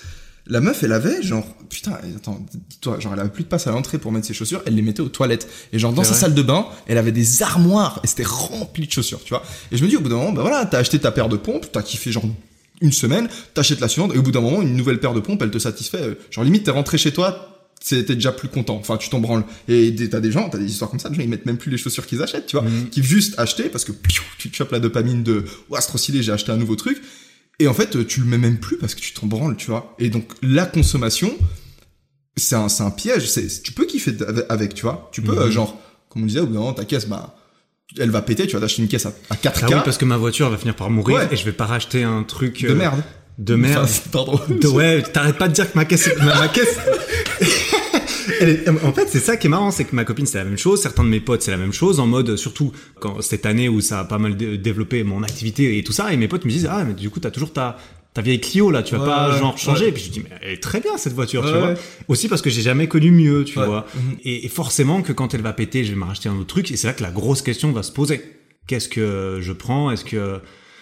La meuf, elle avait, genre, putain, attends, dis-toi, genre, elle avait plus de place à l'entrée pour mettre ses chaussures, elle les mettait aux toilettes. Et genre, dans C'est sa vrai. salle de bain, elle avait des armoires, et c'était rempli de chaussures, tu vois. Et je me dis, au bout d'un moment, bah voilà, t'as acheté ta paire de pompes, t'as kiffé genre une semaine, t'achètes la suivante, et au bout d'un moment, une nouvelle paire de pompes, elle te satisfait. Genre, limite, t'es rentré chez toi, t'es déjà plus content. Enfin, tu t'en branles. Et des- t'as des gens, t'as des histoires comme ça, des gens, ils mettent même plus les chaussures qu'ils achètent, tu vois. Mhm. Qui juste acheter parce que, piou, tu te chopes la dopamine de, ouah, c'est trop stylé, j'ai acheté un nouveau truc. Et en fait, tu le mets même plus parce que tu t'en branles, tu vois. Et donc, la consommation, c'est un, c'est un piège. C'est, tu peux kiffer avec, avec, tu vois. Tu peux, Mhm. euh, genre, comme on disait, au bout d'un moment, ta caisse, bah, elle va péter, tu vas t'acheter une caisse à, à quatre K. Ah oui, parce que ma voiture va finir par mourir Ouais. et je vais pas racheter un truc de euh, merde. de merde. Enfin, c'est- pardon. De- ouais, t'arrêtes pas de dire que ma caisse, ma, ma caisse. Elle est- en fait, c'est ça qui est marrant, c'est que ma copine c'est la même chose, certains de mes potes c'est la même chose, en mode surtout quand cette année où ça a pas mal dé- développé mon activité et tout ça, et mes potes me disent ah mais du coup t'as toujours ta ta vieille Clio là, tu vas Ouais, pas ouais, genre changer. ouais. Et puis je dis mais elle est très bien cette voiture, tu Ouais, vois. ouais. Aussi parce que j'ai jamais connu mieux, tu Ouais. vois. Mhm. Et, et forcément que quand elle va péter, je vais me racheter un autre truc, et c'est là que la grosse question va se poser. Qu'est-ce que je prends? Est-ce que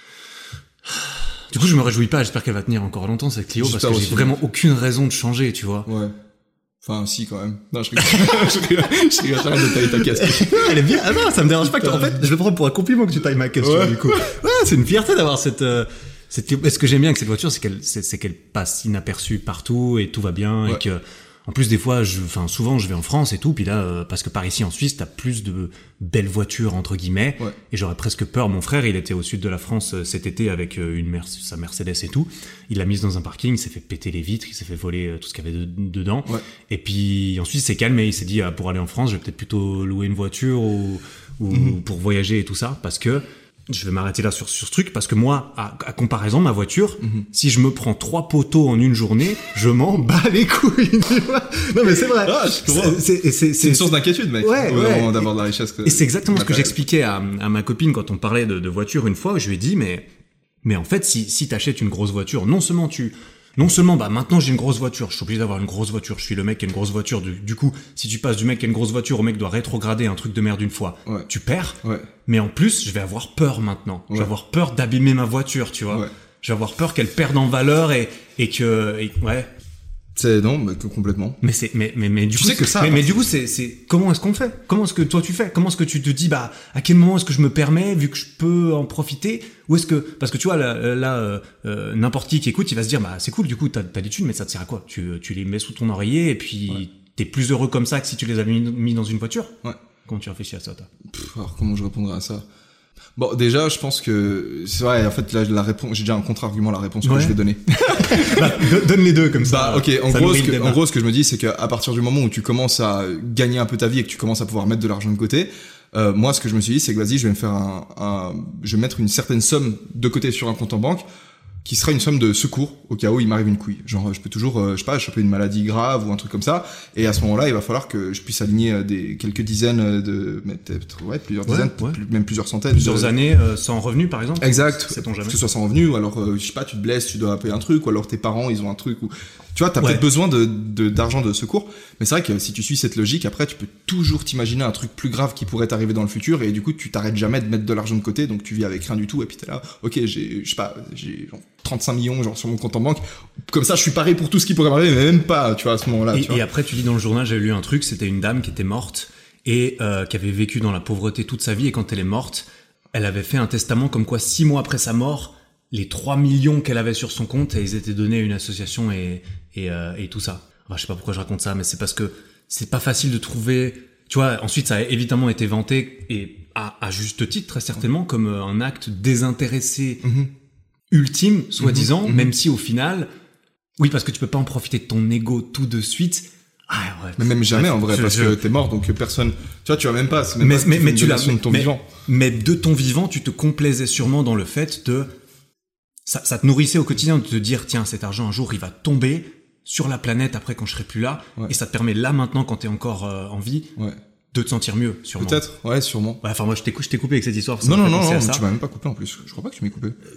du coup, je me réjouis pas. J'espère qu'elle va tenir encore longtemps cette Clio parce J'espère que j'ai aussi. vraiment aucune raison de changer, tu vois. Ouais. Enfin, si, quand même. Non, je rigole. je rigole. Je rigole. J'arrête de tailler ta caisse. Elle est bien. Ah non, ça me dérange pas. Que, en fait, je le prends pour un compliment que tu tailles ma caisse. tu vois, Ouais. Du coup, ouais, c'est une fierté d'avoir cette. Euh, cette. Et ce que j'aime bien avec cette voiture, c'est qu'elle, c'est, c'est qu'elle passe inaperçue partout et tout va bien Ouais. et que. En plus, des fois, je, enfin, souvent, je vais en France et tout, puis là, euh, parce que par ici, en Suisse, t'as plus de belles voitures, entre guillemets, Ouais. et j'aurais presque peur. Mon frère, il était au sud de la France euh, cet été avec euh, une Mer- sa Mercedes et tout. Il l'a mise dans un parking, il s'est fait péter les vitres, il s'est fait voler euh, tout ce qu'il y avait de- dedans. Ouais. Et puis, ensuite, il s'est calmé, il s'est dit, ah, pour aller en France, je vais peut-être plutôt louer une voiture ou, ou Mhm. pour voyager et tout ça, parce que je vais m'arrêter là sur, sur ce truc, parce que moi, à, à comparaison, ma voiture, Mhm. si je me prends trois poteaux en une journée, je m'en bats les couilles. tu vois. Non, mais c'est vrai. Ah, je comprends. C'est, c'est, c'est, C'est une source d'inquiétude, mec. Ouais, Au bout d'un ouais. moment d'avoir de la richesse. Que... Et c'est exactement ce que Bah, j'expliquais à, à ma copine quand on parlait de, de voiture une fois. Je lui ai dit, mais, mais en fait, si, si t'achètes une grosse voiture, non seulement tu, non seulement, bah, maintenant j'ai une grosse voiture, je suis obligé d'avoir une grosse voiture, je suis le mec qui a une grosse voiture. Du, du coup, si tu passes du mec qui a une grosse voiture au mec qui doit rétrograder un truc de merde une fois, Ouais. tu perds. Ouais. Mais en plus, je vais avoir peur maintenant. Je Ouais. vais avoir peur d'abîmer ma voiture, tu vois. Ouais. Je vais avoir peur qu'elle perde en valeur et, et que, et- ouais. C'est, non, mais que complètement. Mais c'est, mais, mais, mais du Tu coup, sais que c'est- ça, mais, à mais partir- du coup, c'est, c'est, comment est-ce qu'on fait? Comment est-ce que toi tu fais? Comment est-ce que tu te dis, bah, à quel moment est-ce que je me permets, vu que je peux en profiter? Ou est-ce que, parce que tu vois, là, là euh, euh, n'importe qui qui écoute, il va se dire, bah, c'est cool, du coup, t'as, t'as des thunes, mais ça te sert à quoi? Tu, tu les mets sous ton oreiller et puis Ouais. t'es plus heureux comme ça que si tu les avais mis, mis dans une voiture? Ouais. Comment tu réfléchis à ça, toi? Pff, alors, comment je répondrais à ça? Bon, déjà, je pense que, c'est vrai, en fait, là, la réponse, j'ai déjà un contre-argument à la réponse que Ouais. je vais donner. Bah, do- donne les deux comme ça. Bah, ok, en Ça gros, nourrit ce le que, débat. en gros, ce que je me dis, c'est qu'à partir du moment où tu commences à gagner un peu ta vie et que tu commences à pouvoir mettre de l'argent de côté, euh, moi, ce que je me suis dit, c'est que vas-y, je vais me faire un, un, je vais mettre une certaine somme de côté sur un compte en banque, qui sera une somme de secours au cas où il m'arrive une couille. Genre, je peux toujours, euh, je sais pas, choper une maladie grave ou un truc comme ça. Et à ce moment-là, il va falloir que je puisse aligner euh, des quelques dizaines de, mais peut-être, ouais, plusieurs Ouais, dizaines, ouais. plus- même plusieurs centaines. Plusieurs de- années euh, sans revenu, par exemple. Exact. C'est ton jamais. Que ce soit sans revenu, ou alors, euh, je sais pas, tu te blesses, tu dois payer un truc, ou alors tes parents, ils ont un truc, ou, tu vois, t'as Ouais. peut-être besoin de, de, d'argent de secours. Mais c'est vrai que si tu suis cette logique, après, tu peux toujours t'imaginer un truc plus grave qui pourrait t'arriver dans le futur, et du coup, tu t'arrêtes jamais de mettre de l'argent de côté, donc tu vis avec rien du tout, et puis t'es là, ok, j'ai, je sais pas, j'ai genre trente-cinq millions, genre, sur mon compte en banque. Comme ça, je suis paré pour tout ce qui pourrait m'arriver, mais même pas, tu vois, à ce moment-là, Et, tu vois. et après, tu lis dans le journal, j'avais lu un truc, c'était une dame qui était morte et euh, qui avait vécu dans la pauvreté toute sa vie, et quand elle est morte, elle avait fait un testament comme quoi six mois après sa mort, les trois millions qu'elle avait sur son compte, ils étaient donnés à une association et, et, euh, et tout ça. Enfin, je sais pas pourquoi je raconte ça, mais c'est parce que c'est pas facile de trouver... Tu vois, ensuite, ça a évidemment été vanté, et à, à juste titre, très certainement, comme euh, un acte désintéressé Mhm. ultime, soi-disant, Mhm, mhm. même si au final... Oui, parce que tu peux pas en profiter de ton ego tout de suite. Ah, ouais. Mais même jamais, Bref, en vrai, je- parce je- que t'es mort, donc personne, tu vois, tu vas même pas, c'est même Mais, pas mais, tu mais fais tu une l'as, donation de ton mais, vivant. mais de ton vivant, tu te complaisais sûrement dans le fait de, ça, ça te nourrissait au quotidien de te dire, tiens, cet argent, un jour, il va tomber sur la planète après quand je serai plus là. Ouais. Et ça te permet là, maintenant, quand t'es encore euh, en vie, Ouais. de te sentir mieux, sûrement. Peut-être, ouais, sûrement. Ouais, enfin, moi, je t'ai, cou- je t'ai coupé avec cette histoire. ça Non, me non, fait non, penser non, à ça. tu m'as même pas coupé en plus. Je crois pas que tu m'aies coupé.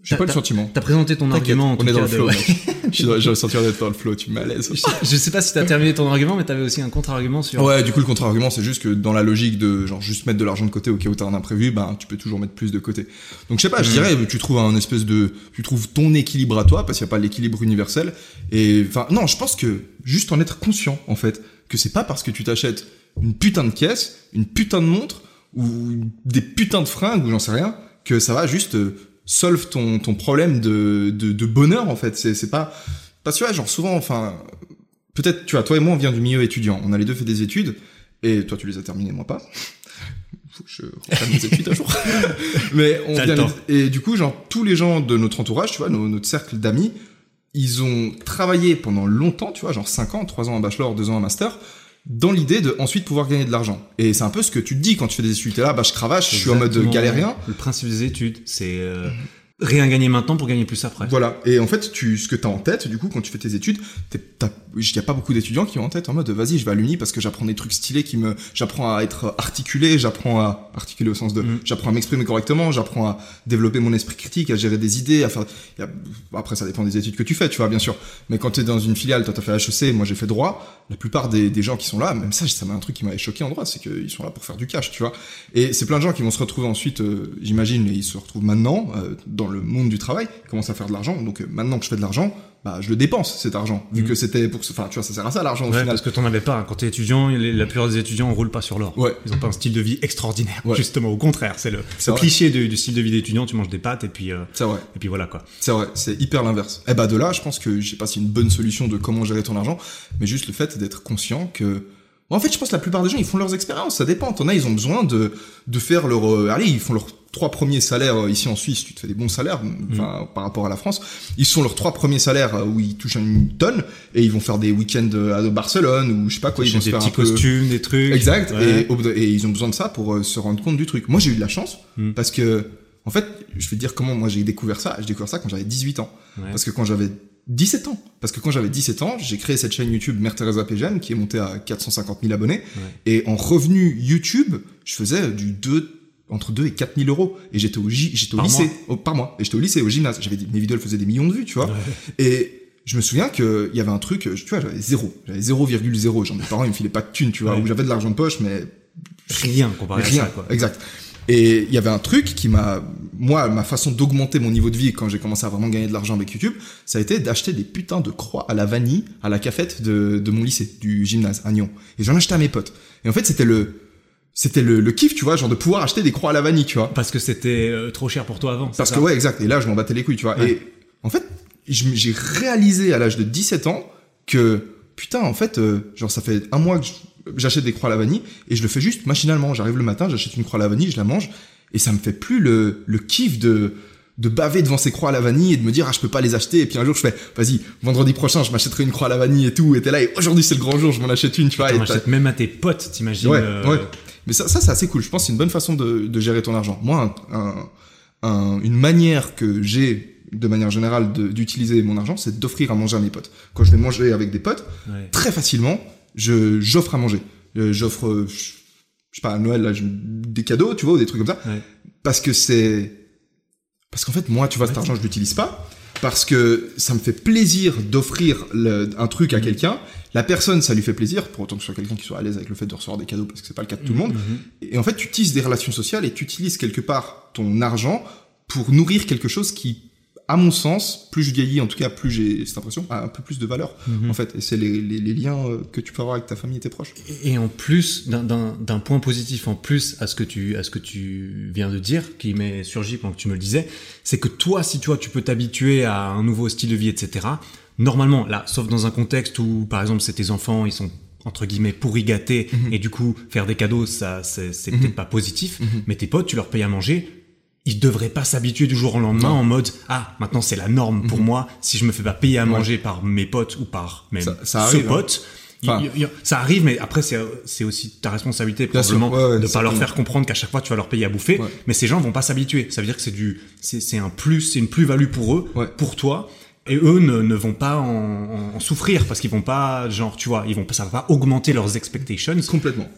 J'ai pas le sentiment. T'as présenté ton T'inquiète, argument en on tout est cas dans le flow, de... mec. J'ai le sentiment d'être dans le flow, tu m'alaises. Je, je sais pas si t'as terminé ton argument, mais t'avais aussi un contre-argument sur... Ouais, du coup, le contre-argument, c'est juste que dans la logique de, genre, juste mettre de l'argent de côté au cas où t'as un imprévu, ben, tu peux toujours mettre plus de côté. Donc, je sais pas, je dirais, tu trouves un espèce de, tu trouves ton équilibre à toi, parce qu'il y a pas l'équilibre universel. Et, enfin, non, je pense que juste en être conscient, en fait, que c'est pas parce que tu t'achètes une putain de caisse, une putain de montre, ou des putains de fringues, ou j'en sais rien, que ça va juste euh, solve ton, ton problème de, de, de bonheur, en fait. C'est, c'est pas, parce que, tu vois, genre, souvent, enfin, peut-être, tu vois, toi et moi, on vient du milieu étudiant. On a les deux fait des études, et toi, tu les as terminées, moi pas. Faut que je reprenne mes études un jour. Mais on vient, et du coup, genre, tous les gens de notre entourage, tu vois, nos, notre cercle d'amis, ils ont travaillé pendant longtemps, tu vois, genre cinq ans, trois ans en bachelor, deux ans en master, dans l'idée de ensuite pouvoir gagner de l'argent. Et c'est un peu ce que tu te dis quand tu fais des études. T'es là, bah je cravache, je suis en mode galérien. Le principe des études, c'est euh, rien gagner maintenant pour gagner plus après. Voilà. Et en fait, tu, ce que t'as en tête, du coup, quand tu fais tes études, il y a pas beaucoup d'étudiants qui ont en tête en mode, vas-y, je vais à l'uni parce que j'apprends des trucs stylés qui me, j'apprends à être articulé, j'apprends à articuler au sens de, mm. j'apprends à m'exprimer correctement, j'apprends à développer mon esprit critique, à gérer des idées, à faire, y a, après, ça dépend des études que tu fais, tu vois, bien sûr. Mais quand t'es dans une filiale, toi t'as fait H E C, moi j'ai fait droit, la plupart des, des gens qui sont là, même ça, ça m'a un truc qui m'avait choqué en droit, c'est qu'ils sont là pour faire du cash, tu vois. Et c'est plein de gens qui vont se retrouver ensuite, euh, j'imagine, et ils se retrouvent maintenant, euh, dans le monde du travail, commence à faire de l'argent. Donc euh, maintenant que je fais de l'argent, bah je le dépense cet argent, vu mmh. que c'était pour, enfin tu vois, ça sert à ça l'argent au ouais, final. Parce que t'en avais pas. Hein. Quand t'es étudiant, la plupart des étudiants roulent pas sur l'or. Ouais. Ils ont pas un style de vie extraordinaire. Ouais. Justement, au contraire, c'est le, c'est le cliché du, du style de vie d'étudiant. Tu manges des pâtes et puis. Euh, c'est vrai. Et puis voilà quoi. C'est vrai. C'est hyper l'inverse. Et bah de là, je pense que je sais pas si une bonne solution de comment gérer ton argent, mais juste le fait d'être conscient que. En fait, je pense que la plupart des gens, ils font leurs expériences, ça dépend. T'en as, ils ont besoin de, de faire leur, euh, allez, ils font leurs trois premiers salaires, euh, ici en Suisse, tu te fais des bons salaires, enfin, mmh. par rapport à la France. Ils sont leurs trois premiers salaires, euh, où ils touchent une tonne, et ils vont faire des week-ends à Barcelone, ou je sais pas quoi, ils vont se faire des petits costumes, des trucs. Exact. Ouais. Et, et ils ont besoin de ça pour euh, se rendre compte du truc. Moi, j'ai eu de la chance, mmh. parce que, en fait, je vais te dire comment moi j'ai découvert ça. J'ai découvert ça quand j'avais dix-huit ans. Ouais. Parce que quand j'avais dix-sept ans. Parce que quand j'avais dix-sept ans, j'ai créé cette chaîne YouTube Mère Teresa P G M qui est montée à quatre cent cinquante mille abonnés. Ouais. Et en revenu YouTube, je faisais du deux, entre deux et quatre mille euros. Et j'étais au, J, j'étais au par lycée. Mois. Au, par mois. Et j'étais au lycée, au gymnase. J'avais des, mes vidéos, elles faisaient des millions de vues, tu vois. Ouais. Et je me souviens qu'il y avait un truc, tu vois, j'avais zéro. J'avais zéro virgule zéro. Genre, mes parents, ils me filaient pas de thunes, tu vois. Ouais. Où j'avais de l'argent de poche, mais. Rien comparé rien, à ça, quoi. Exact. Et il y avait un truc qui m'a, moi, ma façon d'augmenter mon niveau de vie quand j'ai commencé à vraiment gagner de l'argent avec YouTube, ça a été d'acheter des putains de croix à la vanille à la cafette de, de mon lycée, du gymnase à Nyon. Et j'en achetais à mes potes. Et en fait, c'était le, c'était le, le kiff, tu vois, genre de pouvoir acheter des croix à la vanille, tu vois. Parce que c'était euh, trop cher pour toi avant. Parce que ça ouais, exact. Et là, je m'en battais les couilles, tu vois. Ouais. Et en fait, j'ai réalisé à l'âge de dix-sept ans que, putain, en fait, euh, genre ça fait un mois que je, j'achète des croix à la vanille et je le fais juste machinalement. J'arrive le matin, j'achète une croix à la vanille, je la mange et ça me fait plus le, le kiff de, de baver devant ces croix à la vanille et de me dire, ah, je peux pas les acheter. Et puis un jour, je fais, vas-y, vendredi prochain, je m'achèterai une croix à la vanille et tout. Et t'es là, et aujourd'hui, c'est le grand jour, je m'en achète une, tu vois. T'en achètes même à tes potes, t'imagines. Ouais, euh... ouais. Mais ça, ça, c'est assez cool. Je pense que c'est une bonne façon de, de gérer ton argent. Moi, un, un, un, une manière que j'ai, de manière générale, de, d'utiliser mon argent, c'est d'offrir à manger à mes potes. Quand je vais manger avec des potes, ouais. très facilement, je, j'offre à manger. Euh, j'offre, euh, je sais pas, à Noël, là, je, des cadeaux, tu vois, ou des trucs comme ça. Ouais. Parce que c'est, parce qu'en fait, moi, tu vois, cet argent, je l'utilise pas. Parce que ça me fait plaisir d'offrir le, un truc à mmh. quelqu'un. La personne, ça lui fait plaisir, pour autant que ce soit quelqu'un qui soit à l'aise avec le fait de recevoir des cadeaux, parce que c'est pas le cas de tout le monde. Mmh. Et en fait, tu tisses des relations sociales et tu utilises quelque part ton argent pour nourrir quelque chose qui, à mon sens, plus je vieillis, en tout cas, plus j'ai cette impression, a un peu plus de valeur, mmh. en fait. Et c'est les, les, les liens que tu peux avoir avec ta famille et tes proches. Et en plus, d'un, d'un, d'un point positif en plus à ce que tu, à ce que tu viens de dire, qui m'est surgi pendant que tu me le disais, c'est que toi, si toi, tu peux t'habituer à un nouveau style de vie, et cetera, normalement, là, sauf dans un contexte où, par exemple, c'est tes enfants, ils sont entre guillemets pourri gâtés, mmh. et du coup, faire des cadeaux, ça, c'est, c'est mmh. peut-être pas positif, mmh. mais tes potes, tu leur payes à manger, ils devraient pas s'habituer du jour au lendemain non. en mode ah maintenant c'est la norme pour mmh. moi si je me fais pas payer à ouais. manger par mes potes ou par même ça, ça arrive, ce pote hein. enfin, il, il, ça arrive mais après c'est c'est aussi ta responsabilité probablement ouais, ouais, de pas leur faire comprendre qu'à chaque fois tu vas leur payer à bouffer ouais. mais ces gens vont pas s'habituer, ça veut dire que c'est du c'est c'est un plus, c'est une plus-value pour eux ouais. pour toi. Et eux ne, ne vont pas en, en souffrir parce qu'ils vont pas genre tu vois ils vont ça va pas augmenter leurs expectations complètement.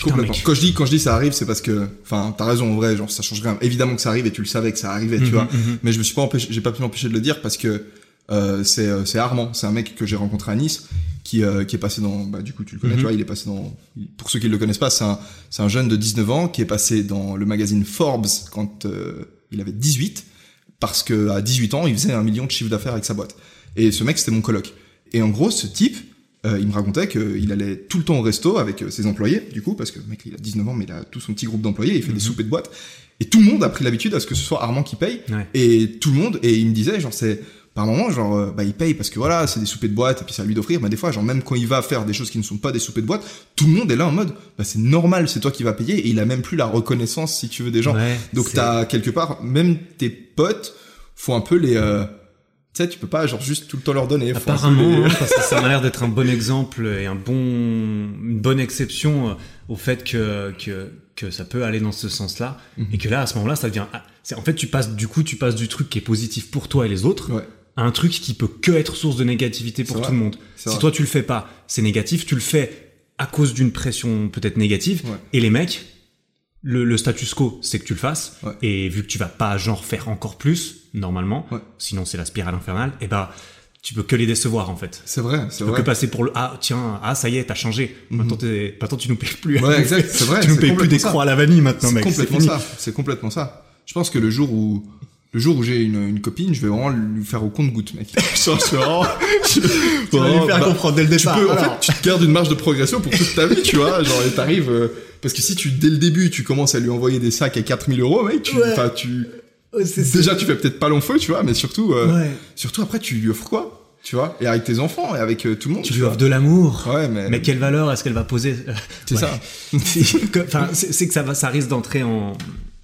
Putain, Complètement. mec. Quand je dis, quand je dis ça arrive, c'est parce que, enfin, t'as raison, en vrai, genre, ça change rien. Évidemment que ça arrive et tu le savais que ça arrivait, tu Mhm, vois. mhm. Mais je me suis pas empêché, j'ai pas pu m'empêcher de le dire parce que, euh, c'est, euh, c'est Armand. C'est un mec que j'ai rencontré à Nice, qui, euh, qui est passé dans, bah, du coup, tu le connais, Mhm. tu vois, il est passé dans, pour ceux qui le connaissent pas, c'est un, c'est un jeune de dix-neuf ans qui est passé dans le magazine Forbes quand, euh, il avait dix-huit, parce que, à dix-huit ans, il faisait un million de chiffre d'affaires avec sa boîte. Et ce mec, c'était mon coloc. Et en gros, ce type, Euh, il me racontait qu'il allait tout le temps au resto avec euh, ses employés, du coup, parce que le mec, il a dix-neuf ans, mais il a tout son petit groupe d'employés, il fait Mhm. des soupers de boîte. Et tout le monde a pris l'habitude à ce que ce soit Armand qui paye. Ouais. Et tout le monde, et il me disait, genre, c'est, par moment, genre, euh, bah, il paye parce que voilà, c'est des soupers de boîte, et puis c'est à lui d'offrir. Mais des fois, genre, même quand il va faire des choses qui ne sont pas des soupers de boîte, tout le monde est là en mode, bah, c'est normal, c'est toi qui vas payer, et il a même plus la reconnaissance, si tu veux, des gens. Ouais, Donc c'est- t'as, quelque part, même tes potes font un peu les, euh, tu sais, tu peux pas, genre, juste tout le temps leur donner. Faut un peu Apparemment, les- hein, parce que ça m'a l'air d'être un bon exemple et un bon, une bonne exception euh, au fait que, que, que ça peut aller dans ce sens-là. Mhm. Et que là, à ce moment-là, ça devient, ah, c'est, en fait, tu passes, du coup, tu passes du truc qui est positif pour toi et les autres Ouais. à un truc qui peut que être source de négativité pour C'est tout vrai. le monde. C'est Si vrai. toi, tu le fais pas, c'est négatif, tu le fais à cause d'une pression peut-être négative. Ouais. Et les mecs, le, le status quo, c'est que tu le fasses. Ouais. Et vu que tu vas pas, genre, faire encore plus, normalement, Ouais. sinon c'est la spirale infernale, et ben, tu peux que les décevoir, en fait. C'est vrai, c'est Tu peux vrai. que passer pour le ah tiens ah ça y est t'as changé Mhm. maintenant t'es maintenant tu nous payes plus Ouais, exact, c'est vrai, tu nous c'est payes plus complètement des ça. croix à la vanille maintenant C'est mec complètement fini. ça. C'est complètement ça. Je pense que le jour où, le jour où j'ai une, une copine, je vais vraiment lui faire au compte-goutte, mec. Genre, je vais vraiment, je- Tu vas lui vraiment, faire bah, comprendre dès le tu départ peux, en alors. fait, tu te gardes une marge de progression pour toute ta vie, tu vois. Genre, et t'arrives, euh, parce que si tu, dès le début, tu commences à lui envoyer des sacs à quatre mille euros, mec, tu, Ouais. enfin, tu, Ouais, c'est- c'est- déjà, tu fais peut-être pas long feu, tu vois, mais surtout, euh, ouais. surtout après, tu lui offres quoi? Tu vois? Et avec tes enfants, et avec euh, tout le monde. tu lui vois. offres de l'amour Ouais, mais, mais quelle valeur est-ce qu'elle va poser c'est Ouais. ça. C'est que- enfin c'est c'est que ça va ça risque d'entrer en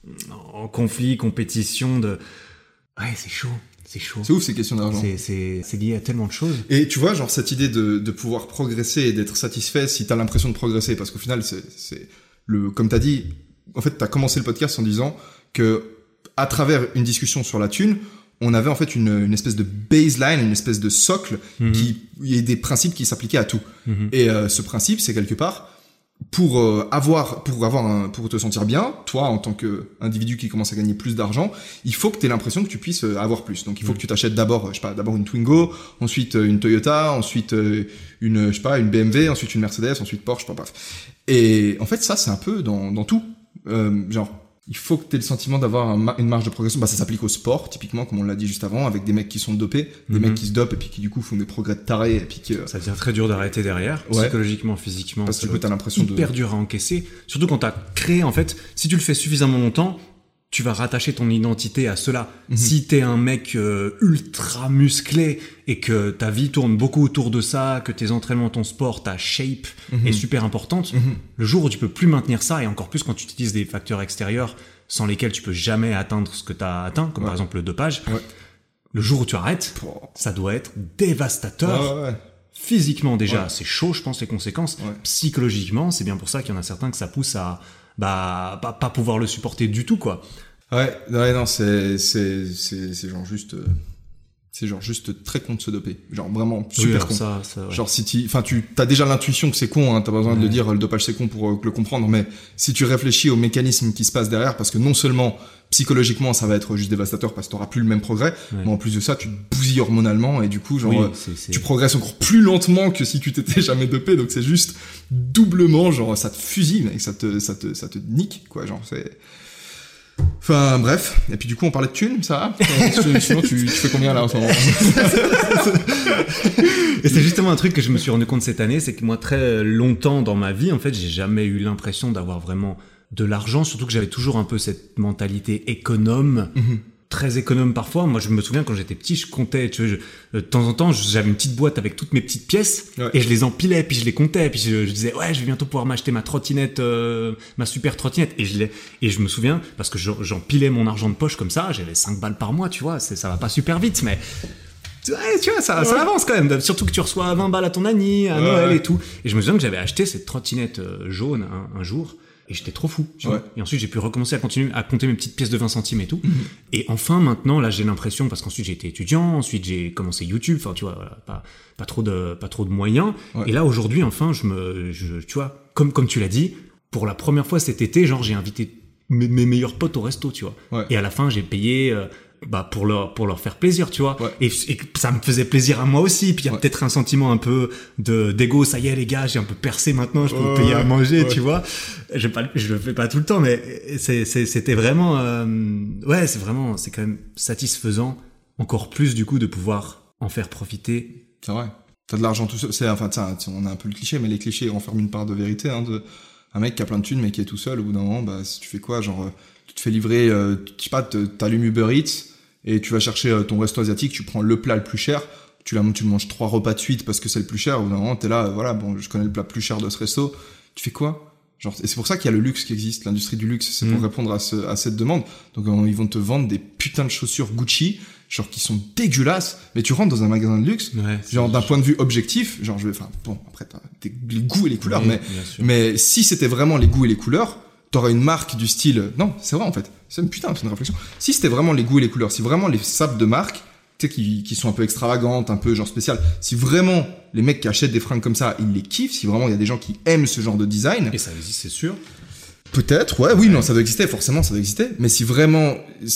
en conflit compétition de ouais c'est chaud c'est chaud C'est ouf, ces questions d'argent. c'est c'est c'est lié à tellement de choses Et tu vois, genre, cette idée de, de pouvoir progresser et d'être satisfait si t'as l'impression de progresser, parce qu'au final, c'est, c'est le, comme t'as dit, en fait, t'as commencé le podcast en disant que, à travers une discussion sur la thune, on avait en fait une, une espèce de baseline, une espèce de socle Mhm. qui, il y a des principes qui s'appliquaient à tout. Mhm. Et euh, ce principe, c'est quelque part, pour euh, avoir, pour avoir, un, pour te sentir bien, toi, en tant que individu qui commence à gagner plus d'argent, il faut que tu aies l'impression que tu puisses euh, avoir plus. Donc, il faut Mm. que tu t'achètes d'abord, euh, je sais pas, d'abord une Twingo, ensuite euh, une Toyota, ensuite euh, une, je sais pas, une B M W, ensuite une Mercedes, ensuite Porsche, pas bref. Et en fait, ça, c'est un peu dans, dans tout. Euh, genre, il faut que tu aies le sentiment d'avoir un ma- une marge de progression. Bah, ça s'applique au sport, typiquement, comme on l'a dit juste avant, avec des mecs qui sont dopés, des Mhm. mecs qui se dopent et puis qui, du coup, font des progrès de tarés et puis que, ça devient très dur d'arrêter derrière Ouais. psychologiquement physiquement parce que ça du coup, doit t'as l'impression de... hyper dur à encaisser. Surtout quand t'as créé, en fait, si tu le fais suffisamment longtemps, tu vas rattacher ton identité à cela. Mhm. Si t'es un mec euh, ultra musclé et que ta vie tourne beaucoup autour de ça, que tes entraînements, ton sport, ta shape Mhm. est super importante, Mhm. le jour où tu peux plus maintenir ça, et encore plus quand tu utilises des facteurs extérieurs sans lesquels tu peux jamais atteindre ce que t'as atteint, comme Ouais. par exemple le dopage, Ouais. le jour où tu arrêtes, Oh. ça doit être dévastateur. Ouais, ouais, ouais. Physiquement déjà, Ouais. c'est chaud, je pense, les conséquences. Ouais. Psychologiquement, c'est bien pour ça qu'il y en a certains que ça pousse à bah pas, pas pouvoir le supporter du tout, quoi. Ouais, ouais, non, c'est, c'est, c'est, c'est genre juste, euh, c'est genre juste très con de se doper. Genre vraiment Oui, super alors con. ça, ça, ouais. Genre si tu, enfin tu, t'as déjà l'intuition que c'est con, hein, t'as pas besoin de le Ouais. dire, le dopage c'est con pour euh, le comprendre, mais si tu réfléchis aux mécanismes qui se passent derrière, parce que non seulement psychologiquement ça va être juste dévastateur parce que t'auras plus le même progrès, Ouais. mais en plus de ça tu te bousilles hormonalement et du coup genre Oui, euh, c'est- c'est- tu progresses encore plus lentement que si tu t'étais jamais dopé, donc c'est juste doublement genre ça te fusille, mec, ça te, ça te, ça te nique quoi, genre c'est. Enfin bref, et puis du coup on parlait de thunes, ça va Euh, Sinon tu, tu fais combien là en ce moment? Et c'est justement un truc que je me suis rendu compte cette année, c'est que moi très longtemps dans ma vie, en fait, j'ai jamais eu l'impression d'avoir vraiment de l'argent, surtout que j'avais toujours un peu cette mentalité économe. Mhm. Très économe parfois. Moi, je me souviens quand j'étais petit, je comptais, tu vois, je- de temps en temps, j'avais une petite boîte avec toutes mes petites pièces Ouais. et je les empilais, puis je les comptais, puis je, je disais ouais, je vais bientôt pouvoir m'acheter ma trottinette, euh, ma super trottinette. Et je l'ai, et je me souviens parce que j'en- j'empilais mon argent de poche comme ça, j'avais cinq balles par mois, tu vois, c'est, ça va pas super vite, mais ouais, tu vois, ça, ça Ouais. avance quand même. Surtout que tu reçois vingt balles à ton anniv, à Ouais, Noël ouais. et tout. Et je me souviens que j'avais acheté cette trottinette euh, jaune un, un jour. Et j'étais trop fou, tu Ouais. vois. Et ensuite, j'ai pu recommencer à continuer à compter mes petites pièces de vingt centimes et tout. Mhm. Et enfin, maintenant, là, j'ai l'impression, parce qu'ensuite j'ai été étudiant, ensuite j'ai commencé YouTube, enfin, tu vois, voilà, pas, pas trop de, pas trop de moyens. Ouais. Et là, aujourd'hui, enfin, je me, je, tu vois, comme, comme tu l'as dit, pour la première fois cet été, genre j'ai invité mes, mes meilleurs potes au resto, tu vois. Ouais. Et à la fin, j'ai payé euh, bah, pour, leur, pour leur faire plaisir, tu vois. Ouais. Et, et ça me faisait plaisir à moi aussi. Puis il y a Ouais. peut-être un sentiment un peu de, d'ego. Ça y est, les gars, j'ai un peu percé maintenant, je peux Ouais, me payer à manger, ouais. tu vois. Je, pas, je le fais pas tout le temps, mais c'est, c'est, c'était vraiment... Euh, ouais, c'est vraiment... C'est quand même satisfaisant, encore plus du coup, de pouvoir en faire profiter. C'est vrai. T'as de l'argent tout seul. C'est, enfin, t'sais, on a un peu le cliché, mais les clichés renferment une part de vérité, hein, de un mec qui a plein de thunes, mais qui est tout seul, au bout d'un moment, bah, si tu fais quoi, genre, euh, tu te fais livrer, euh, je sais pas, t'allumes Uber Eats, et tu vas chercher euh, ton resto asiatique, tu prends le plat le plus cher, tu, la, tu manges trois repas de suite parce que c'est le plus cher, au bout d'un moment, t'es là, euh, voilà, bon, je connais le plat plus cher de ce resto, tu fais quoi? Genre, et c'est pour ça qu'il y a le luxe qui existe, l'industrie du luxe, c'est pour Mmh. répondre à, ce, à cette demande. Donc, euh, ils vont te vendre des putains de chaussures Gucci, genre, qui sont dégueulasses, mais tu rentres dans un magasin de luxe, Ouais, genre, d'un point de vue objectif, genre, je vais, enfin, bon, après, t'as des- les goûts et les couleurs, Oui, mais, bien sûr. mais si c'était vraiment les goûts et les couleurs, t'aurais une marque du style, non, c'est vrai, en fait, c'est une putain, c'est une réflexion. Si c'était vraiment les goûts et les couleurs, si vraiment les sapes de marque, tu sais, qui, qui sont un peu extravagantes, un peu genre spéciales, si vraiment les mecs qui achètent des fringues comme ça, ils les kiffent, si vraiment il y a des gens qui aiment ce genre de design, Et ça existe, c'est sûr. peut-être, ouais, oui, non, ça doit exister, forcément, ça doit exister. Mais si vraiment,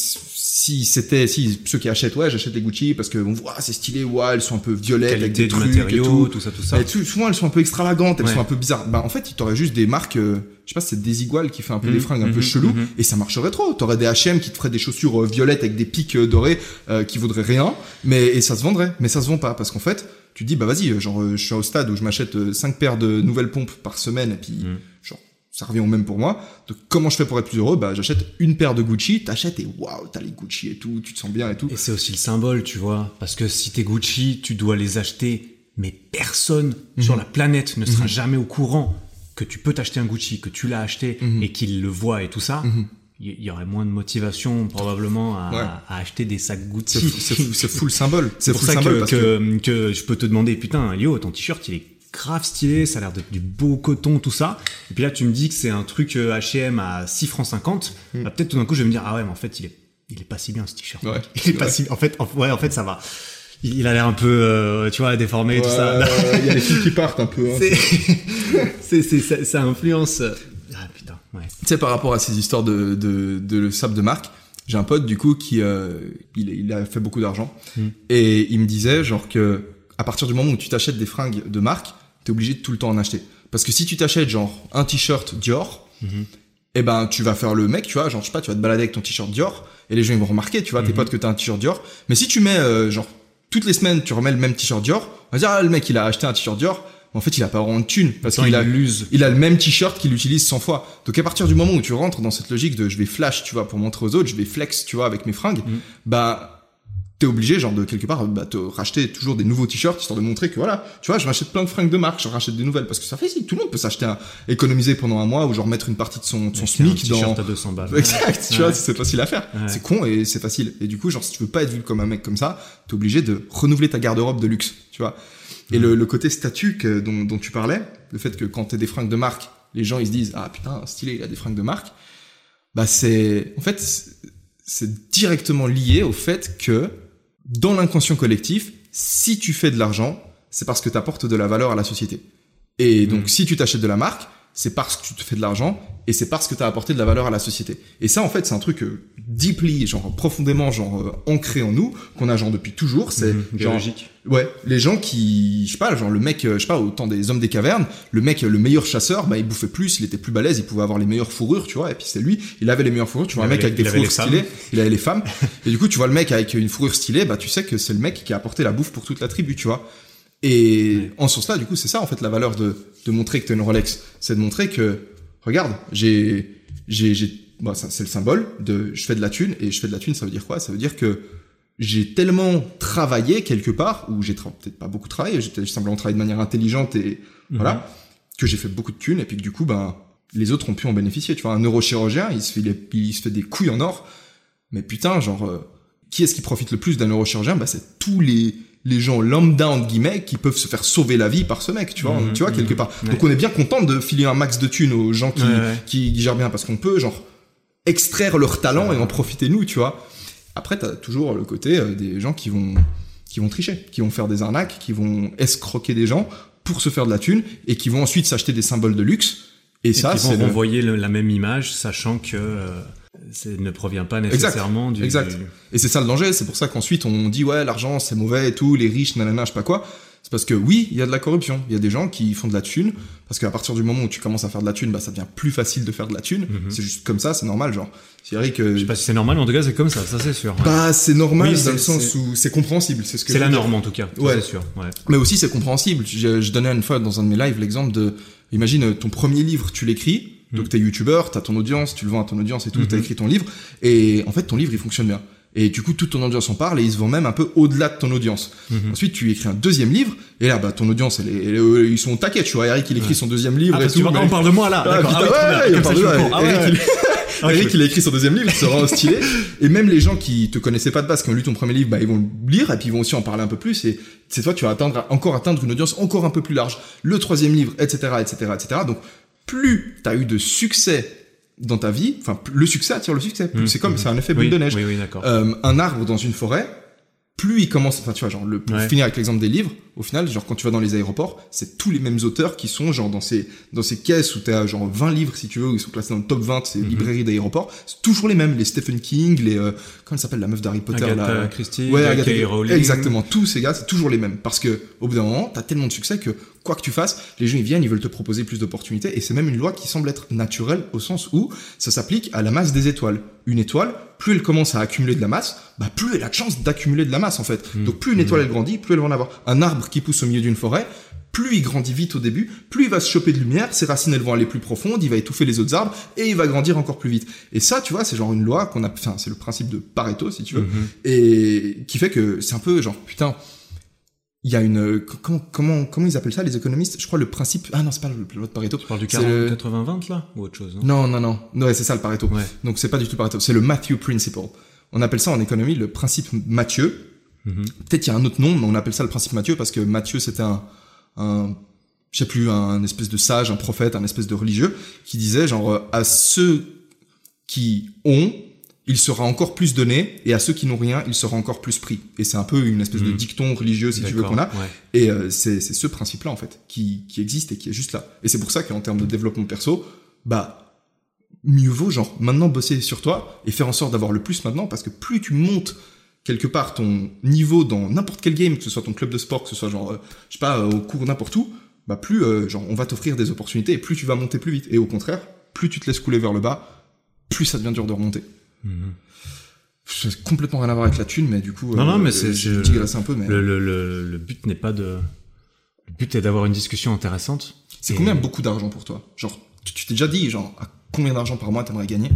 si c'était, si ceux qui achètent, ouais, j'achète les Gucci parce que on voit, c'est stylé, ouais, elles sont un peu violettes avec Qualité des du trucs matériau, et tout. tout ça, tout ça. Mais tu- souvent, elles sont un peu extravagantes, elles Ouais. sont un peu bizarres. Bah, en fait, t'aurais juste des marques, euh, je sais pas, c'est Desigual qui fait un peu Mmh, des fringues un mmh, peu chelou, mmh. et ça marcherait trop. T'aurais des H et M qui te feraient des chaussures euh, violettes avec des pics euh, dorés, euh, qui vaudraient rien, mais, et ça se vendrait. Mais ça se vend pas, parce qu'en fait, tu te dis, bah, vas-y, genre, euh, je suis au stade où je m'achète euh, cinq paires de nouvelles pompes par semaine, et puis, Mmh. genre, ça revient au même pour moi. Donc, comment je fais pour être plus heureux? Bah, j'achète une paire de Gucci, t'achètes et waouh, t'as les Gucci et tout, tu te sens bien et tout. Et c'est aussi le symbole, tu vois. Parce que si t'es Gucci, tu dois les acheter, mais personne Mhm. sur la planète ne sera Mhm. jamais au courant que tu peux t'acheter un Gucci, que tu l'as acheté Mhm. et qu'il le voit et tout ça. Mhm. Il y aurait moins de motivation probablement à, Ouais. à acheter des sacs C'est Gucci. fou, c'est fou, c'est fou le symbole. C'est C'est pour fou le ça symbole que, parce que, que, que je peux te demander, putain, Yo, ton t-shirt, il est grave stylé, ça a l'air d'être du beau coton, tout ça. Et puis là, tu me dis que c'est un truc euh, H et M à six francs cinquante. Mm. Bah, peut-être tout d'un coup, je vais me dire, ah ouais, mais en fait, il est, il est pas si bien ce t-shirt. Ouais. Il est pas Ouais. si, en fait, en, ouais, en fait, ça va. Il, il a l'air un peu, euh, tu vois, déformé, Ouais, tout ça. il y a les filles qui partent un peu. Hein. C'est, c'est, c'est, ça, ça influence. euh, Ah putain, ouais. Tu sais, par rapport à ces histoires de, de, de sable de marque, j'ai un pote, du coup, qui, euh, il, il a fait beaucoup d'argent. Mm. Et il me disait, genre, que, à partir du moment où tu t'achètes des fringues de marque, t'es obligé de tout le temps en acheter. Parce que si tu t'achètes, genre, un t-shirt Dior, Mhm. eh ben, tu vas faire le mec, tu vois, genre, je sais pas, tu vas te balader avec ton t-shirt Dior, et les gens, ils vont remarquer, tu vois, tes Mhm. potes que t'as un t-shirt Dior. Mais si tu mets, euh, genre, toutes les semaines, tu remets le même t-shirt Dior, on va dire, ah, le mec, il a acheté un t-shirt Dior, mais en fait, il a pas vraiment de thune, parce Attends, qu'il il a, l'use. il a le même t-shirt qu'il utilise cent fois. Donc à partir du moment où tu rentres dans cette logique de je vais flash, tu vois, pour montrer aux autres, je vais flex, tu vois, avec mes fringues, Mm. bah t'es obligé, genre de quelque part, bah te racheter toujours des nouveaux t-shirts histoire de montrer que voilà, tu vois, je m'achète plein de fringues de marque, je rachète des nouvelles parce que ça fait si tout le monde peut s'acheter un, économiser pendant un mois ou genre mettre une partie de son, de son Avec un SMIC dans. t-shirt à deux cents balles. Exact, tu Ouais. vois, c'est facile à faire. Ouais. C'est con et c'est facile. Et du coup, genre si tu veux pas être vu comme un mec comme ça, t'es obligé de renouveler ta garde-robe de luxe, tu vois. Et Mm. le, le côté statut que, dont, dont tu parlais, le fait que quand t'as des fringues de marque, les gens ils se disent ah putain stylé il a des fringues de marque, bah c'est en fait c'est- c'est directement lié au fait que dans l'inconscient collectif, si tu fais de l'argent, c'est parce que tu apportes de la valeur à la société. Et donc Mm. si tu t'achètes de la marque, c'est parce que tu te fais de l'argent et c'est parce que tu as apporté de la valeur à la société. Et ça en fait c'est un truc euh, deeply, genre profondément genre euh, ancré en nous, qu'on a genre depuis toujours, c'est Mhm, genre biologique. ouais, les gens qui, je sais pas, genre le mec, euh, je sais pas, au temps des hommes des cavernes, le mec, euh, le meilleur chasseur, bah il bouffait plus, il était plus balèze, il pouvait avoir les meilleures fourrures, tu vois, et puis c'est lui, il avait les meilleures fourrures, tu vois, Il un mec avait avec les- des il avait fourrures les stylées, il avait les femmes, et du coup tu vois le mec avec une fourrure stylée, bah tu sais que c'est le mec qui a apporté la bouffe pour toute la tribu, tu vois. Et Ouais. en ce sens-là, du coup, c'est ça en fait la valeur de, de montrer que t'as une Rolex, c'est de montrer que, regarde, j'ai, j'ai, j'ai, bah ça, c'est le symbole de, je fais de la thune, et je fais de la thune, ça veut dire quoi? Ça veut dire que j'ai tellement travaillé quelque part, ou j'ai tra- peut-être pas beaucoup travaillé, j'ai simplement travaillé de manière intelligente et Mhm. voilà, que j'ai fait beaucoup de thunes et puis que du coup, ben, les autres ont pu en bénéficier. Tu vois, un neurochirurgien, il se fait, des- il se fait des couilles en or, mais putain, genre, euh, qui est-ce qui profite le plus d'un neurochirurgien? Bah, c'est tous les, les gens lambda, entre guillemets, qui peuvent se faire sauver la vie par ce mec, tu vois, Mhm, tu vois, quelque mhm. part. Ouais. Donc on est bien content de filer un max de thunes aux gens qui, Ouais, ouais. qui, qui gèrent bien parce qu'on peut, genre, extraire leur talent Ouais. et en profiter nous, tu vois. Après, t'as toujours le côté euh, des gens qui vont, qui vont tricher, qui vont faire des arnaques, qui vont escroquer des gens pour se faire de la thune et qui vont ensuite s'acheter des symboles de luxe Et, et ça, qui vont c'est renvoyer le... la même image, sachant que euh, c'est, ne provient pas nécessairement exact. du... Exact. Du... Et c'est ça le danger, c'est pour ça qu'ensuite on dit ouais, l'argent c'est mauvais et tout, les riches, nanana, je sais pas quoi. C'est parce que oui, il y a de la corruption, il y a des gens qui font de la thune, parce qu'à partir du moment où tu commences à faire de la thune, bah ça devient plus facile de faire de la thune. Mm-hmm. C'est juste comme ça, c'est normal, genre. C'est vrai que... Je sais pas si c'est normal, mais en tout cas c'est comme ça, ça c'est sûr. Ouais. Bah c'est normal oui, dans c'est, le sens c'est... où c'est compréhensible, c'est ce que c'est je la veux norme dire. en tout cas, ça, ouais. c'est sûr. Ouais. Mais aussi c'est compréhensible. Je, je donnais une fois dans un de mes lives l'exemple de, imagine ton premier livre, tu l'écris, mm. donc t'es youtubeur, t'as ton audience, tu le vends à ton audience et tout, mm-hmm. t'as écrit ton livre, et en fait ton livre il fonctionne bien. Et du coup, toute ton audience en parle et il se vend même un peu au-delà de ton audience. Mm-hmm. Ensuite, tu écris un deuxième livre et là, bah, ton audience, elle est, elle est, ils sont au taquet, tu vois. Eric, il écrit ouais. son deuxième livre ah, et tout. Tu vois, mais... On parle de moi là. Ah, d'accord. Putain, ah, ouais, ouais, il parle de moi. Ah, ouais, Eric, ouais. il... Eric, il a écrit son deuxième livre, il se rend stylé. Et même les gens qui te connaissaient pas de base, qui ont lu ton premier livre, bah, ils vont le lire et puis ils vont aussi en parler un peu plus. Et c'est toi, tu vas atteindre, encore atteindre une audience encore un peu plus large. Le troisième livre, et cetera, et cetera, et cetera. Donc, plus t'as eu de succès dans ta vie, enfin le succès attire le succès. Mmh, c'est comme, mmh. c'est un effet boule oui, de neige. Oui, oui, d'accord. Euh, un arbre dans une forêt, plus il commence, enfin tu vois, genre le, pour ouais. finir avec l'exemple des livres, au final, genre quand tu vas dans les aéroports, c'est tous les mêmes auteurs qui sont genre dans ces dans ces caisses où t'as genre vingt livres si tu veux, où ils sont classés dans le top vingt, ces mmh. librairies d'aéroports, c'est toujours les mêmes, les Stephen King, les euh, comment elle s'appelle la meuf d'Harry Potter Agatha là, Christie, ouais, J K Rowling. Exactement, tous ces gars, c'est toujours les mêmes parce que au bout d'un moment, t'as tellement de succès que quoi que tu fasses, les gens ils viennent, ils veulent te proposer plus d'opportunités et c'est même une loi qui semble être naturelle au sens où ça s'applique à la masse des étoiles. Une étoile, plus elle commence à accumuler de la masse, bah plus elle a de chance d'accumuler de la masse en fait. Mmh. Donc plus une étoile mmh. elle grandit, plus elle va en avoir. Un arbre qui pousse au milieu d'une forêt, plus il grandit vite au début, plus il va se choper de lumière, ses racines elles vont aller plus profondes, il va étouffer les autres arbres et il va grandir encore plus vite. Et ça, tu vois, c'est genre une loi qu'on a, enfin c'est le principe de Pareto si tu veux, mmh. et qui fait que c'est un peu genre putain. Il y a une comment comment comment ils appellent ça les économistes? Je crois le principe ah non c'est pas le loi de Pareto. Tu parles du quarante quatre-vingts vingt là ou autre chose? Non non non non ouais, c'est ça le Pareto. Ouais. Donc c'est pas du tout Pareto, c'est le Matthew Principle. On appelle ça en économie le principe Mathieu. Mm-hmm. Peut-être il y a un autre nom mais on appelle ça le principe Mathieu parce que Mathieu c'était un un je sais plus un espèce de sage, un prophète, un espèce de religieux qui disait genre à ceux qui ont il sera encore plus donné, et à ceux qui n'ont rien, il sera encore plus pris. Et c'est un peu une espèce mmh. de dicton religieux, si D'accord, tu veux, qu'on a. Ouais. Et euh, c'est, c'est ce principe-là, en fait, qui, qui existe et qui est juste là. Et c'est pour ça qu'en termes de développement perso, bah, mieux vaut, genre, maintenant bosser sur toi et faire en sorte d'avoir le plus maintenant, parce que plus tu montes quelque part ton niveau dans n'importe quel game, que ce soit ton club de sport, que ce soit genre, euh, je sais pas, euh, au cours n'importe où, bah plus, euh, genre, on va t'offrir des opportunités et plus tu vas monter plus vite. Et au contraire, plus tu te laisses couler vers le bas, plus ça devient dur de remonter. Mmh. C'est complètement rien à voir avec la thune, mais du coup, non, euh, non, mais c'est, je digresse un peu. Mais le, le, le, le but n'est pas de, le but est d'avoir une discussion intéressante. C'est et... combien beaucoup d'argent pour toi? Genre, tu, tu t'es déjà dit, genre, à combien d'argent par mois t'aimerais gagner?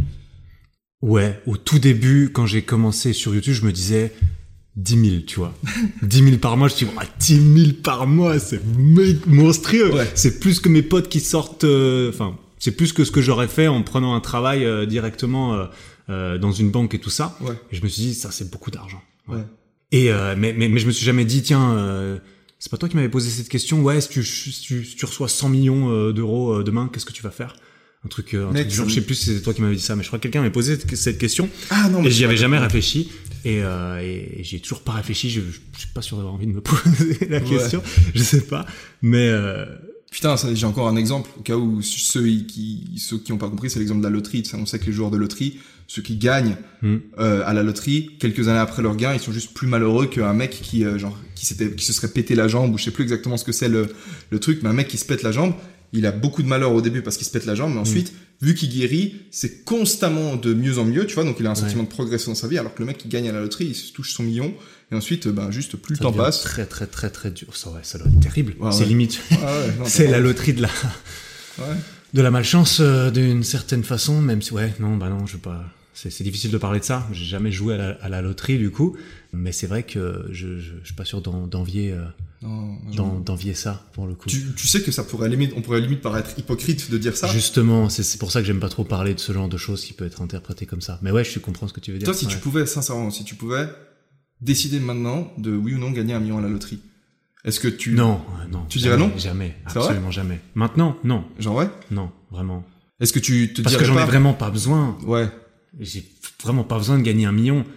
Ouais, au tout début, quand j'ai commencé sur YouTube, je me disais dix mille, tu vois. dix mille par mois, je me dis, oh, dix mille par mois, c'est monstrueux. Ouais. C'est plus que mes potes qui sortent, enfin, euh, c'est plus que ce que j'aurais fait en prenant un travail euh, directement. Euh, Euh, dans une banque et tout ça. Ouais. Et je me suis dit, ça, c'est beaucoup d'argent. Ouais. Et, euh, mais, mais, mais je me suis jamais dit, tiens, euh, c'est pas toi qui m'avais posé cette question. Ouais, si tu, si tu, si tu reçois cent millions euh, d'euros euh, demain, qu'est-ce que tu vas faire? Un truc, euh, un truc du genre, je sais plus si c'est toi qui m'avais dit ça, mais je crois que quelqu'un m'avait posé cette, cette question. Ah non, mais et j'y avais jamais réfléchi. Et, euh, et, et j'y ai toujours pas réfléchi. Je, je suis pas sûr d'avoir envie de me poser la ouais. question. Je sais pas. Mais, euh, Putain, ça, j'ai encore un exemple, au cas où ceux qui, ceux qui ont pas compris, c'est l'exemple de la loterie. Tu sais, on sait que les joueurs de loterie, ceux qui gagnent mm. euh, à la loterie, quelques années après leur gain, ils sont juste plus malheureux qu'un mec qui, euh, genre, qui s'était, qui se serait pété la jambe, ou je sais plus exactement ce que c'est le, le truc, mais un mec qui se pète la jambe, il a beaucoup de malheur au début parce qu'il se pète la jambe, mais ensuite, mm. vu qu'il guérit, c'est constamment de mieux en mieux, tu vois, donc il a un sentiment ouais. de progression dans sa vie, alors que le mec qui gagne à la loterie, il se touche son million, et ensuite, ben, juste plus ça le temps passe. Très, très, très, très dur. Ça, ouais, ça doit être terrible. Ouais, c'est ouais. limite. Ah ouais, non, c'est la loterie de la, ouais. de la malchance, euh, d'une certaine façon, même si, ouais, non, bah non, je veux pas, c'est, c'est difficile de parler de ça. J'ai jamais joué à la, à la loterie, du coup. Mais c'est vrai que je, je, je suis pas sûr d'en, d'envier, euh, non, d'en, d'envier ça, pour le coup. Tu, tu sais que ça pourrait limite, on pourrait limite paraître hypocrite de dire ça. Justement, c'est, c'est pour ça que j'aime pas trop parler de ce genre de choses qui peut être interprété comme ça. Mais ouais, je comprends ce que tu veux dire. Toi, si ouais. tu pouvais, sincèrement, si tu pouvais décider maintenant de oui ou non gagner un million à la loterie, est-ce que tu... Non, euh, non. Tu dirais jamais, non? Jamais, c'est absolument vrai jamais. Maintenant, non. Genre ouais? Non, vraiment. Est-ce que tu te Parce dirais que j'en pas... ai vraiment pas besoin. Ouais. J'ai vraiment pas besoin de gagner un million.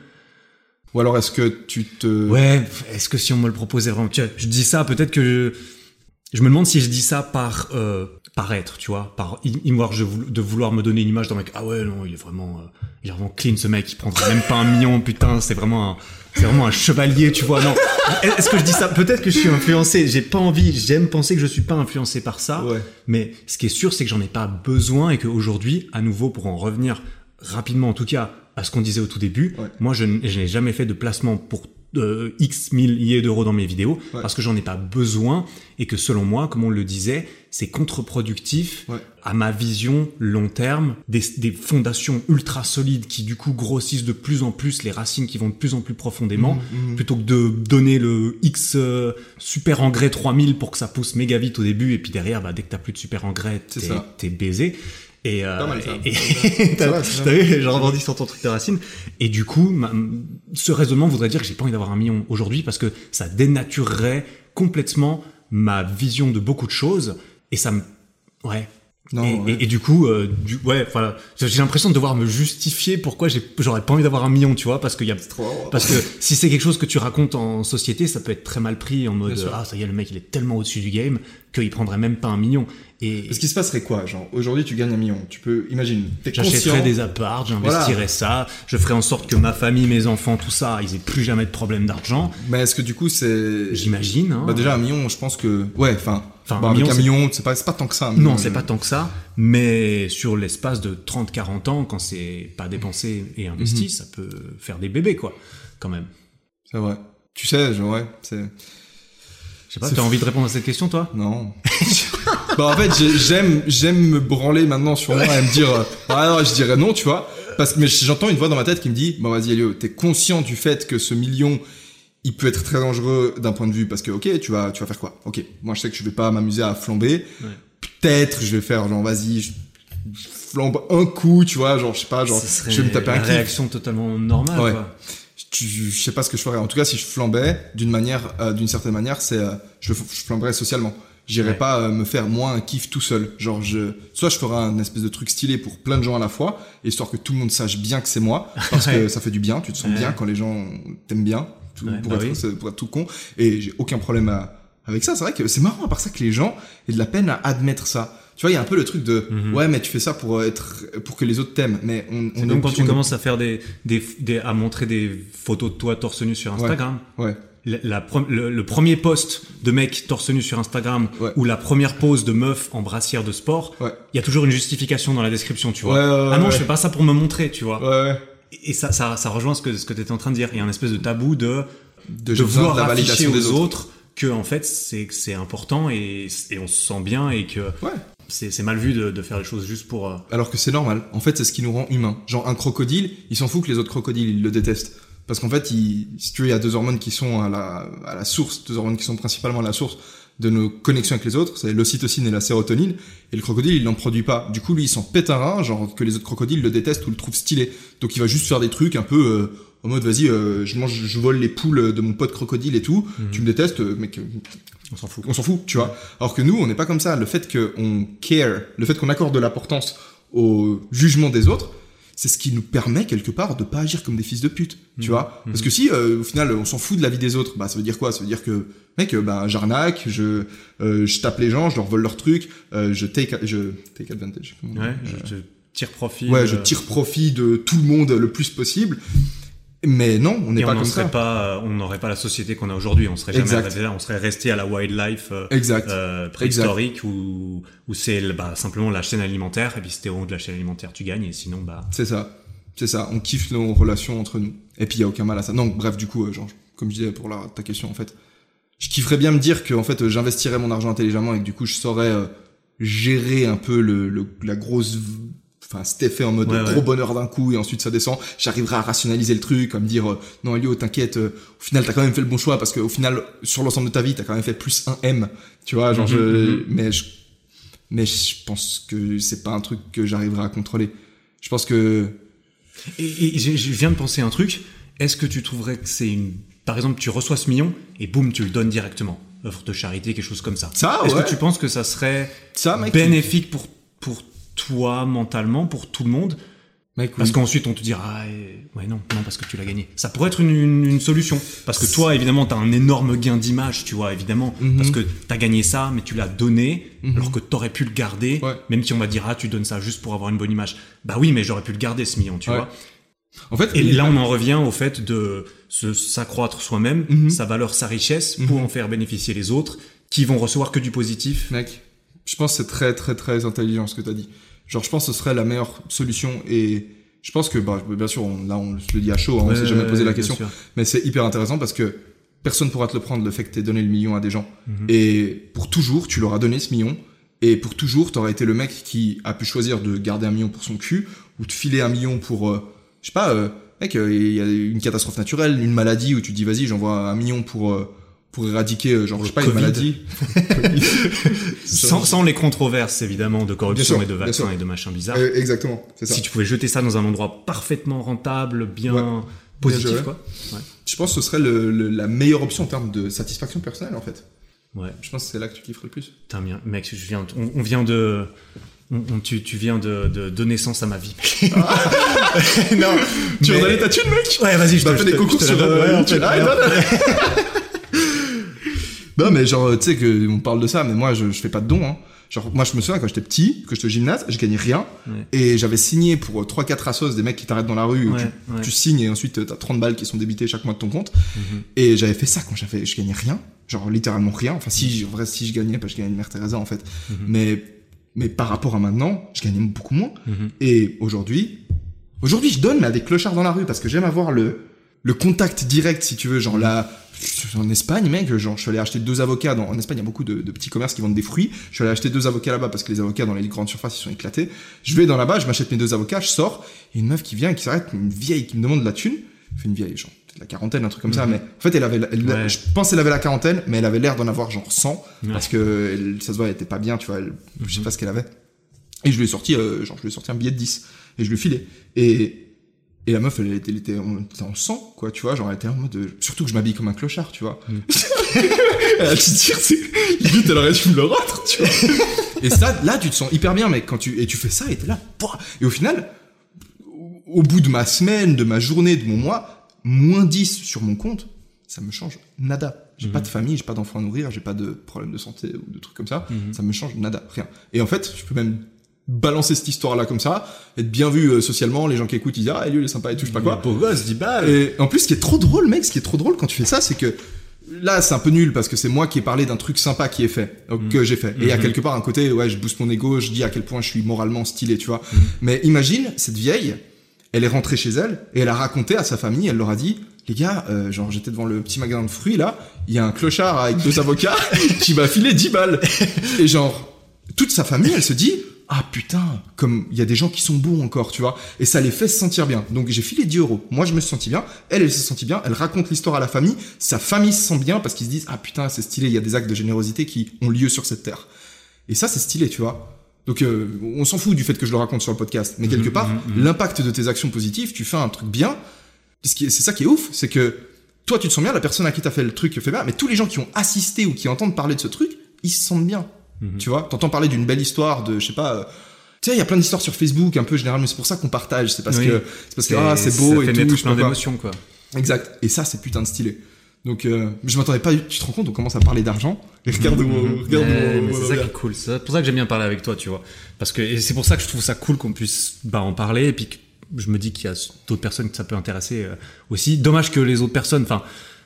Ou alors est-ce que tu te... Ouais, est-ce que si on me le proposait vraiment... Tu vois, je dis ça, peut-être que... Je, je me demande si je dis ça par, euh, paraître, tu vois, par vouloir de vouloir me donner une image d'un mec. Ah ouais, non, il est vraiment, euh, il est vraiment clean ce mec. Il prendrait même pas un million, putain, c'est vraiment un, c'est vraiment un chevalier, tu vois. Non, est-ce que je dis ça? Peut-être que je suis influencé. J'ai pas envie. J'aime penser que je suis pas influencé par ça. Ouais. Mais ce qui est sûr, c'est que j'en ai pas besoin et qu'aujourd'hui, à nouveau, pour en revenir rapidement, en tout cas, à ce qu'on disait au tout début, ouais. moi, je, je n'ai jamais fait de placement pour Euh, X milliers d'euros dans mes vidéos ouais. parce que j'en ai pas besoin et que selon moi, comme on le disait, c'est contre-productif ouais. à ma vision long terme, des, des fondations ultra solides qui du coup grossissent de plus en plus, les racines qui vont de plus en plus profondément, mmh, mmh. plutôt que de donner le X euh, super engrais trois mille pour que ça pousse méga vite au début et puis derrière, bah, dès que t'as plus de super engrais, t'es, t'es baisé. Et, euh, mal, ça. et, et t'as, t'as vu, j'ai rebondi sur ton truc de racine. Et du coup, ma, ce raisonnement voudrait dire que j'ai pas envie d'avoir un million aujourd'hui parce que ça dénaturerait complètement ma vision de beaucoup de choses et ça me, ouais. Non, et, ouais. et, et du coup, euh, du, ouais, voilà, j'ai l'impression de devoir me justifier pourquoi j'ai, j'aurais pas envie d'avoir un million, tu vois, parce que y a, trop... parce que si c'est quelque chose que tu racontes en société, ça peut être très mal pris en mode, ah, ça y est, le mec, il est tellement au-dessus du game qu'il prendrait même pas un million. Et parce qu'il se passerait quoi, genre, aujourd'hui, tu gagnes un million, tu peux, imagine, t'es conscient. J'achèterais des apparts, j'investirais voilà. ça, je ferais en sorte que ma famille, mes enfants, tout ça, ils aient plus jamais de problème d'argent. Mais est-ce que du coup, c'est... J'imagine, hein. Bah, déjà, un million, je pense que, ouais, enfin, Enfin, bah, un avec million, un c'est... million, c'est pas, c'est pas tant que ça. Un million, non, c'est pas tant que ça, mais sur l'espace de trente quarante ans, quand c'est pas dépensé et investi, mm-hmm. ça peut faire des bébés, quoi, quand même. C'est vrai. Tu sais, genre, ouais, c'est... Je sais pas, c'est t'as f... envie de répondre à cette question, toi? Non. Bah, en fait, j'aime, j'aime me branler maintenant sur moi et me dire, euh, ah non, je dirais non, tu vois. Parce que, mais j'entends une voix dans ma tête qui me dit, bon, vas-y, Elio, t'es conscient du fait que ce million, il peut être très dangereux d'un point de vue parce que, ok, tu vas, tu vas faire quoi? Ok. Moi, je sais que je vais pas m'amuser à flamber. Ouais. Peut-être, je vais faire, genre, vas-y, je, je flambe un coup, tu vois, genre, je sais pas, genre, je vais me taper un kiff. Une réaction totalement normale, ouais. quoi. Je, je sais pas ce que je ferais. En tout cas, si je flambais, d'une manière, euh, d'une certaine manière, c'est, euh, je, je flamberais socialement. J'irais ouais. pas euh, me faire moi un kiff tout seul. Genre, je, soit je ferais un espèce de truc stylé pour plein de gens à la fois, histoire que tout le monde sache bien que c'est moi, parce ouais. que ça fait du bien. Tu te sens ouais. bien quand les gens t'aiment bien, tout, ouais, pour, bah être, oui. pour être tout con. Et j'ai aucun problème à, avec ça. C'est vrai que c'est marrant à part ça que les gens aient de la peine à admettre ça. Tu vois, il y a un peu le truc de mm-hmm. ouais, mais tu fais ça pour être, pour que les autres t'aiment. Mais on, c'est on comme est, quand on tu est... commences à faire des, des, des, à montrer des photos de toi torse nu sur Instagram. Ouais. ouais. La, la, le, le premier post de mec torse nu sur Instagram ouais. ou la première pose de meuf en brassière de sport, il ouais. y a toujours une justification dans la description, tu vois. Ouais, ouais, ah non, ouais. je fais pas ça pour me montrer, tu vois. Ouais, ouais. Et ça, ça, ça rejoint ce que, ce que t'étais en train de dire. Il y a un espèce de tabou de, de, de vouloir de la afficher aux des autres. autres que, en fait, c'est, c'est important et, et on se sent bien et que, ouais. C'est, c'est mal vu de, de faire les choses juste pour... Euh... Alors que c'est normal. En fait, c'est ce qui nous rend humains. Genre, un crocodile, il s'en fout que les autres crocodiles, ils le détestent. Parce qu'en fait, il, si tu veux, il y a deux hormones qui sont à la, à la source, deux hormones qui sont principalement à la source de nos connexions avec les autres. C'est l'ocytocine et la sérotonine. Et le crocodile, il n'en produit pas. Du coup, lui, il s'en pète un rein, genre que les autres crocodiles le détestent ou le trouvent stylé. Donc, il va juste faire des trucs un peu... Euh, en mode, vas-y, euh, je mange, je vole les poules de mon pote crocodile et tout. Mmh. Tu me détestes, mec... On s'en fout. On s'en fout, tu vois. Alors que nous, on n'est pas comme ça. Le fait qu'on care, le fait qu'on accorde de l'importance au jugement des autres, c'est ce qui nous permet quelque part de pas agir comme des fils de pute, mmh. tu vois. Mmh. Parce que si, euh, au final, on s'en fout de la vie des autres, bah ça veut dire quoi? Ça veut dire que, mec, euh, bah j'arnaque, je, euh, je tape les gens, je leur vole leurs trucs, euh, je take, je take advantage. Ouais, euh, je, je tire profit. Ouais, je tire profit de tout le monde le plus possible. Mais non, on n'est pas on comme ça. Pas, on n'aurait pas la société qu'on a aujourd'hui. On serait jamais resté là. On serait resté à la wildlife euh, exact. Euh, préhistorique exact. où où c'est bah, simplement la chaîne alimentaire et puis si t'es au haut de la chaîne alimentaire, tu gagnes et sinon bah. C'est ça, c'est ça. On kiffe nos relations entre nous. Et puis il y a aucun mal à ça. Non, bref, du coup, euh, genre, comme je disais pour la, ta question en fait, je kifferais bien me dire que en fait, j'investirais mon argent intelligemment et que du coup, je saurais euh, gérer un peu le, le la grosse enfin cet effet en mode ouais, gros ouais. bonheur d'un coup et ensuite ça descend, j'arriverai à rationaliser le truc, à me dire euh, non Elio t'inquiète, euh, au final t'as quand même fait le bon choix parce qu'au final sur l'ensemble de ta vie t'as quand même fait plus un M, tu vois, genre mm-hmm, je mm-hmm. mais je mais je pense que c'est pas un truc que j'arriverai à contrôler. Je pense que et, et je, je viens de penser un truc, est-ce que tu trouverais que c'est une par exemple tu reçois ce million et boum tu le donnes directement, œuvre de charité, quelque chose comme ça. Ça est-ce ouais. que tu penses que ça serait ça, mec, bénéfique pour pour toi mentalement, pour tout le monde? Mec, oui. Parce qu'ensuite on te dira ah, ouais non non parce que tu l'as gagné. Ça pourrait être une, une, une solution parce que toi évidemment t'as un énorme gain d'image, tu vois, évidemment, mm-hmm. parce que t'as gagné ça mais tu l'as donné mm-hmm. alors que t'aurais pu le garder, ouais. même si on va dire ah tu donnes ça juste pour avoir une bonne image. Bah oui mais j'aurais pu le garder ce million, tu ouais. vois. En fait, et là on en revient au fait de se, s'accroître soi-même, mm-hmm. sa valeur, sa richesse mm-hmm. pour en faire bénéficier les autres qui vont recevoir que du positif. Mec, je pense que c'est très très très intelligent ce que t'as dit. Genre, je pense que ce serait la meilleure solution et je pense que, bah, bien sûr, on, là, on se le dit à chaud, hein, ouais, on s'est jamais posé la question, mais c'est hyper intéressant parce que personne pourra te le prendre, le fait que t'aies donné le million à des gens. Mm-hmm. Et pour toujours, tu leur as donné ce million et pour toujours, t'auras été le mec qui a pu choisir de garder un million pour son cul ou de filer un million pour, euh, je sais pas, euh, mec, il euh, y a une catastrophe naturelle, une maladie où tu te dis, vas-y, j'envoie un million pour... Euh, pour éradiquer, genre, je sais pas, une maladie. sans, sans les controverses, évidemment, de corruption sûr, et de vaccins et de machins bizarres. Euh, exactement, c'est ça. Si tu pouvais jeter ça dans un endroit parfaitement rentable, bien ouais. positif, bien quoi. Ouais. Je pense que ce serait le, le, la meilleure option en termes de satisfaction personnelle, en fait. Ouais. Je pense que c'est là que tu kifferais le plus. Putain, bien, mec, je viens, on, on vient de... On, on, tu, tu viens de, de donner sens à ma vie. Ah. Non, tu veux donner ta thune, mec? Ouais, vas-y, je bah, te fais des concours sur... Ouais, en fait, Non, mais genre, tu sais que on parle de ça, mais moi, je, je fais pas de dons, hein. Genre, moi, je me souviens quand j'étais petit, que j'étais au gymnase, je gagnais rien, ouais. et j'avais signé pour trois quatre assos des mecs qui t'arrêtent dans la rue, où ouais, tu, ouais. tu signes et ensuite t'as trente balles qui sont débitées chaque mois de ton compte. Mm-hmm. Et j'avais fait ça quand j'avais, je gagnais rien. Genre, littéralement rien. Enfin, si, en vrai, si je gagnais, bah, je gagnais une Mère Teresa, en fait. Mm-hmm. Mais, mais par rapport à maintenant, je gagnais beaucoup moins. Mm-hmm. Et aujourd'hui, aujourd'hui, je donne, mais à des clochards dans la rue, parce que j'aime avoir le, le contact direct, si tu veux, genre là, en Espagne, mec, genre, je suis allé acheter deux avocats dans, en Espagne, il y a beaucoup de, de petits commerces qui vendent des fruits. Je suis allé acheter deux avocats là-bas parce que les avocats dans les grandes surfaces, ils sont éclatés. Je vais dans là-bas, je m'achète mes deux avocats, je sors, et une meuf qui vient et qui s'arrête, une vieille qui me demande de la thune. Fait une vieille, genre, la quarantaine, un truc comme mm-hmm. ça, mais en fait, elle avait, elle, ouais. je pense qu'elle avait la quarantaine, mais elle avait l'air d'en avoir genre cent, ouais. parce que elle, ça se voit, elle était pas bien, tu vois, elle, mm-hmm. je sais pas ce qu'elle avait. Et je lui ai sorti, euh, genre, je lui ai sorti un billet de dix, et je lui ai filé. Et, Et la meuf, elle était, elle était, en, était en sang, quoi, tu vois, genre, elle était en mode, de... surtout que je m'habille comme un clochard, tu vois. Mm. Elle a dû dire, c'est, limite, elle aurait dû me le rendre, tu vois. Et ça, là, tu te sens hyper bien, mec, quand tu, et tu fais ça, et t'es là, pouah. Et au final, au bout de ma semaine, de ma journée, de mon mois, moins dix sur mon compte, ça me change nada. J'ai mm-hmm. pas de famille, j'ai pas d'enfants à nourrir, j'ai pas de problème de santé ou de trucs comme ça. Mm-hmm. Ça me change nada, rien. Et en fait, je peux même balancer cette histoire-là comme ça, être bien vu euh, socialement, les gens qui écoutent, ils disent, ah, lui, il est sympa et tout, je sais pas quoi. Beau gosse, dix balles. Et en plus, ce qui est trop drôle, mec, ce qui est trop drôle quand tu fais ça, c'est que, là, c'est un peu nul parce que c'est moi qui ai parlé d'un truc sympa qui est fait, euh, mmh. que j'ai fait. Et il mmh. y a quelque part un côté, ouais, je booste mon ego, je dis à quel point je suis moralement stylé, tu vois. Mmh. Mais imagine, cette vieille, elle est rentrée chez elle et elle a raconté à sa famille, elle leur a dit, les gars, euh, genre, j'étais devant le petit magasin de fruits, là, il y a un clochard avec deux avocats qui m'a filé dix balles. Et genre, toute sa famille, elle se dit, ah putain, comme il y a des gens qui sont beaux encore, tu vois, et ça les fait se sentir bien. Donc j'ai filé dix euros. Moi je me suis senti bien, elle elle se sentit bien, elle raconte l'histoire à la famille, sa famille se sent bien parce qu'ils se disent ah putain c'est stylé, il y a des actes de générosité qui ont lieu sur cette terre. Et ça c'est stylé, tu vois. Donc euh, on s'en fout du fait que je le raconte sur le podcast, mais quelque part mmh, mmh, mmh. l'impact de tes actions positives, tu fais un truc bien. C'est ça qui est ouf, c'est que toi tu te sens bien, la personne à qui t'as fait le truc fait bien, mais tous les gens qui ont assisté ou qui entendent parler de ce truc, ils se sentent bien. Mmh. Tu vois, t'entends parler d'une belle histoire de, je sais pas, euh, tu sais, il y a plein d'histoires sur Facebook, un peu généralement, mais c'est pour ça qu'on partage, c'est parce oui. que, c'est parce que, ah, c'est beau et tout. Ça fait plein d'émotions, quoi. Exact. Et ça, c'est putain de stylé. Donc, euh, je m'attendais pas, tu te rends compte, on commence à parler d'argent, et regarde mmh. où, regarde mais, où, mais c'est ça qui est cool. C'est pour ça que j'aime bien parler avec toi, tu vois. Parce que, et c'est pour ça que je trouve ça cool qu'on puisse, bah, en parler, et puis que je me dis qu'il y a d'autres personnes que ça peut intéresser euh, aussi. Dommage que les autres personnes, enfin,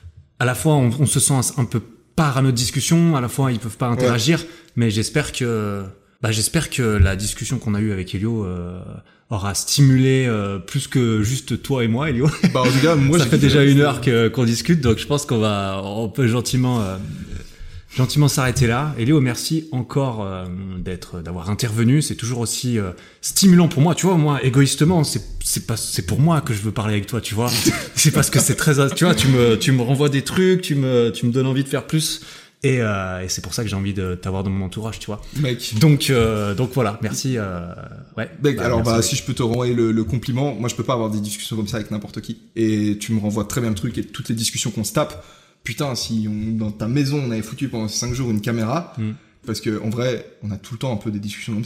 à la fois, on, on se sent un, un peu part à notre discussion, à la fois ils peuvent pas interagir, ouais. mais j'espère que bah j'espère que la discussion qu'on a eue avec Elio euh, aura stimulé euh, plus que juste toi et moi, Elio. Bah en tout cas, moi ça fait déjà une heure que qu'on discute, donc je pense qu'on va on peut gentiment euh, gentiment s'arrêter là. Elio, merci encore euh, d'être d'avoir intervenu, c'est toujours aussi euh, stimulant pour moi, tu vois. Moi égoïstement, c'est c'est pas c'est pour moi que je veux parler avec toi, tu vois. C'est parce que c'est très, tu vois, tu me tu me renvoies des trucs, tu me tu me donnes envie de faire plus, et, euh, et c'est pour ça que j'ai envie de t'avoir dans mon entourage, tu vois. Mec. Donc euh, donc voilà, merci. Euh, ouais. Mec, bah, alors merci, bah mec. Si je peux te renvoyer le, le compliment, moi je peux pas avoir des discussions comme ça avec n'importe qui, et tu me renvoies très bien le truc et toutes les discussions qu'on se tape. Putain, si on, dans ta maison on avait foutu pendant cinq jours une caméra, mm. parce que en vrai, on a tout le temps un peu des discussions comme ça.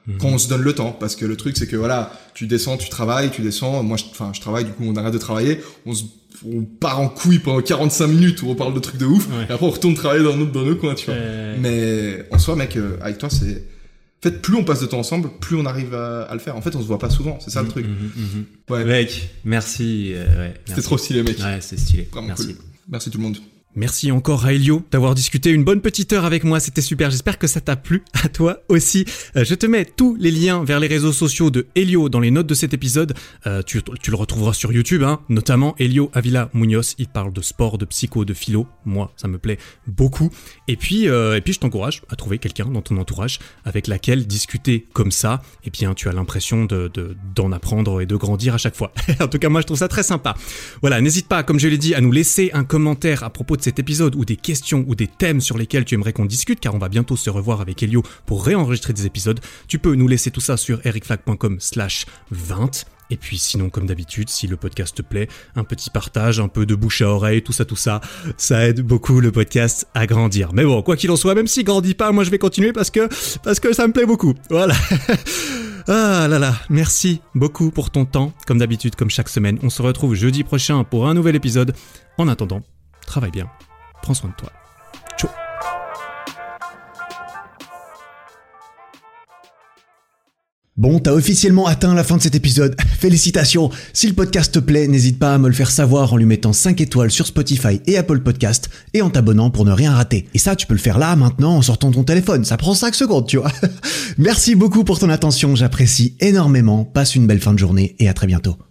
Mmh. Quand on se donne le temps, parce que le truc c'est que voilà, tu descends, tu travailles, tu descends. Moi, enfin, je, je travaille, du coup, on arrête de travailler, on se, on part en couille pendant quarante-cinq minutes où on parle de trucs de ouf, ouais. Et après on retourne travailler dans notre dans nos coins, tu vois. Euh... Mais en soi, mec, euh, avec toi, c'est, en fait, plus on passe de temps ensemble, plus on arrive à, à le faire. En fait, on se voit pas souvent, c'est ça mmh, le truc. Mmh, mmh. Ouais. Mec, merci. Euh, ouais, C'était merci. Trop stylé, mec. Ouais, c'est stylé. Vraiment merci. Cool. Merci tout le monde. Merci encore à Elio d'avoir discuté une bonne petite heure avec moi, c'était super, j'espère que ça t'a plu, à toi aussi. Euh, je te mets tous les liens vers les réseaux sociaux de Elio dans les notes de cet épisode, euh, tu, tu le retrouveras sur YouTube, hein, notamment Elio Avila Munoz, il parle de sport, de psycho, de philo, moi ça me plaît beaucoup. Et puis, euh, et puis je t'encourage à trouver quelqu'un dans ton entourage avec laquelle discuter comme ça, et bien tu as l'impression de, de, d'en apprendre et de grandir à chaque fois. En tout cas moi je trouve ça très sympa. Voilà, n'hésite pas, comme je l'ai dit, à nous laisser un commentaire à propos de cet épisode ou des questions ou des thèmes sur lesquels tu aimerais qu'on discute, car on va bientôt se revoir avec Elio pour réenregistrer des épisodes. Tu peux nous laisser tout ça sur ericflag.com slash 20. Et puis sinon, comme d'habitude, si le podcast te plaît, un petit partage, un peu de bouche à oreille, tout ça, tout ça, ça aide beaucoup le podcast à grandir. Mais bon, quoi qu'il en soit, même s'il grandit pas, moi je vais continuer parce que, parce que ça me plaît beaucoup. Voilà. Ah là là, merci beaucoup pour ton temps. Comme d'habitude, comme chaque semaine, on se retrouve jeudi prochain pour un nouvel épisode. En attendant, travaille bien, prends soin de toi. Ciao. Bon, t'as officiellement atteint la fin de cet épisode. Félicitations. Si le podcast te plaît, n'hésite pas à me le faire savoir en lui mettant cinq étoiles sur Spotify et Apple Podcast et en t'abonnant pour ne rien rater. Et ça, tu peux le faire là, maintenant, en sortant ton téléphone. Ça prend cinq secondes, tu vois. Merci beaucoup pour ton attention, j'apprécie énormément. Passe une belle fin de journée et à très bientôt.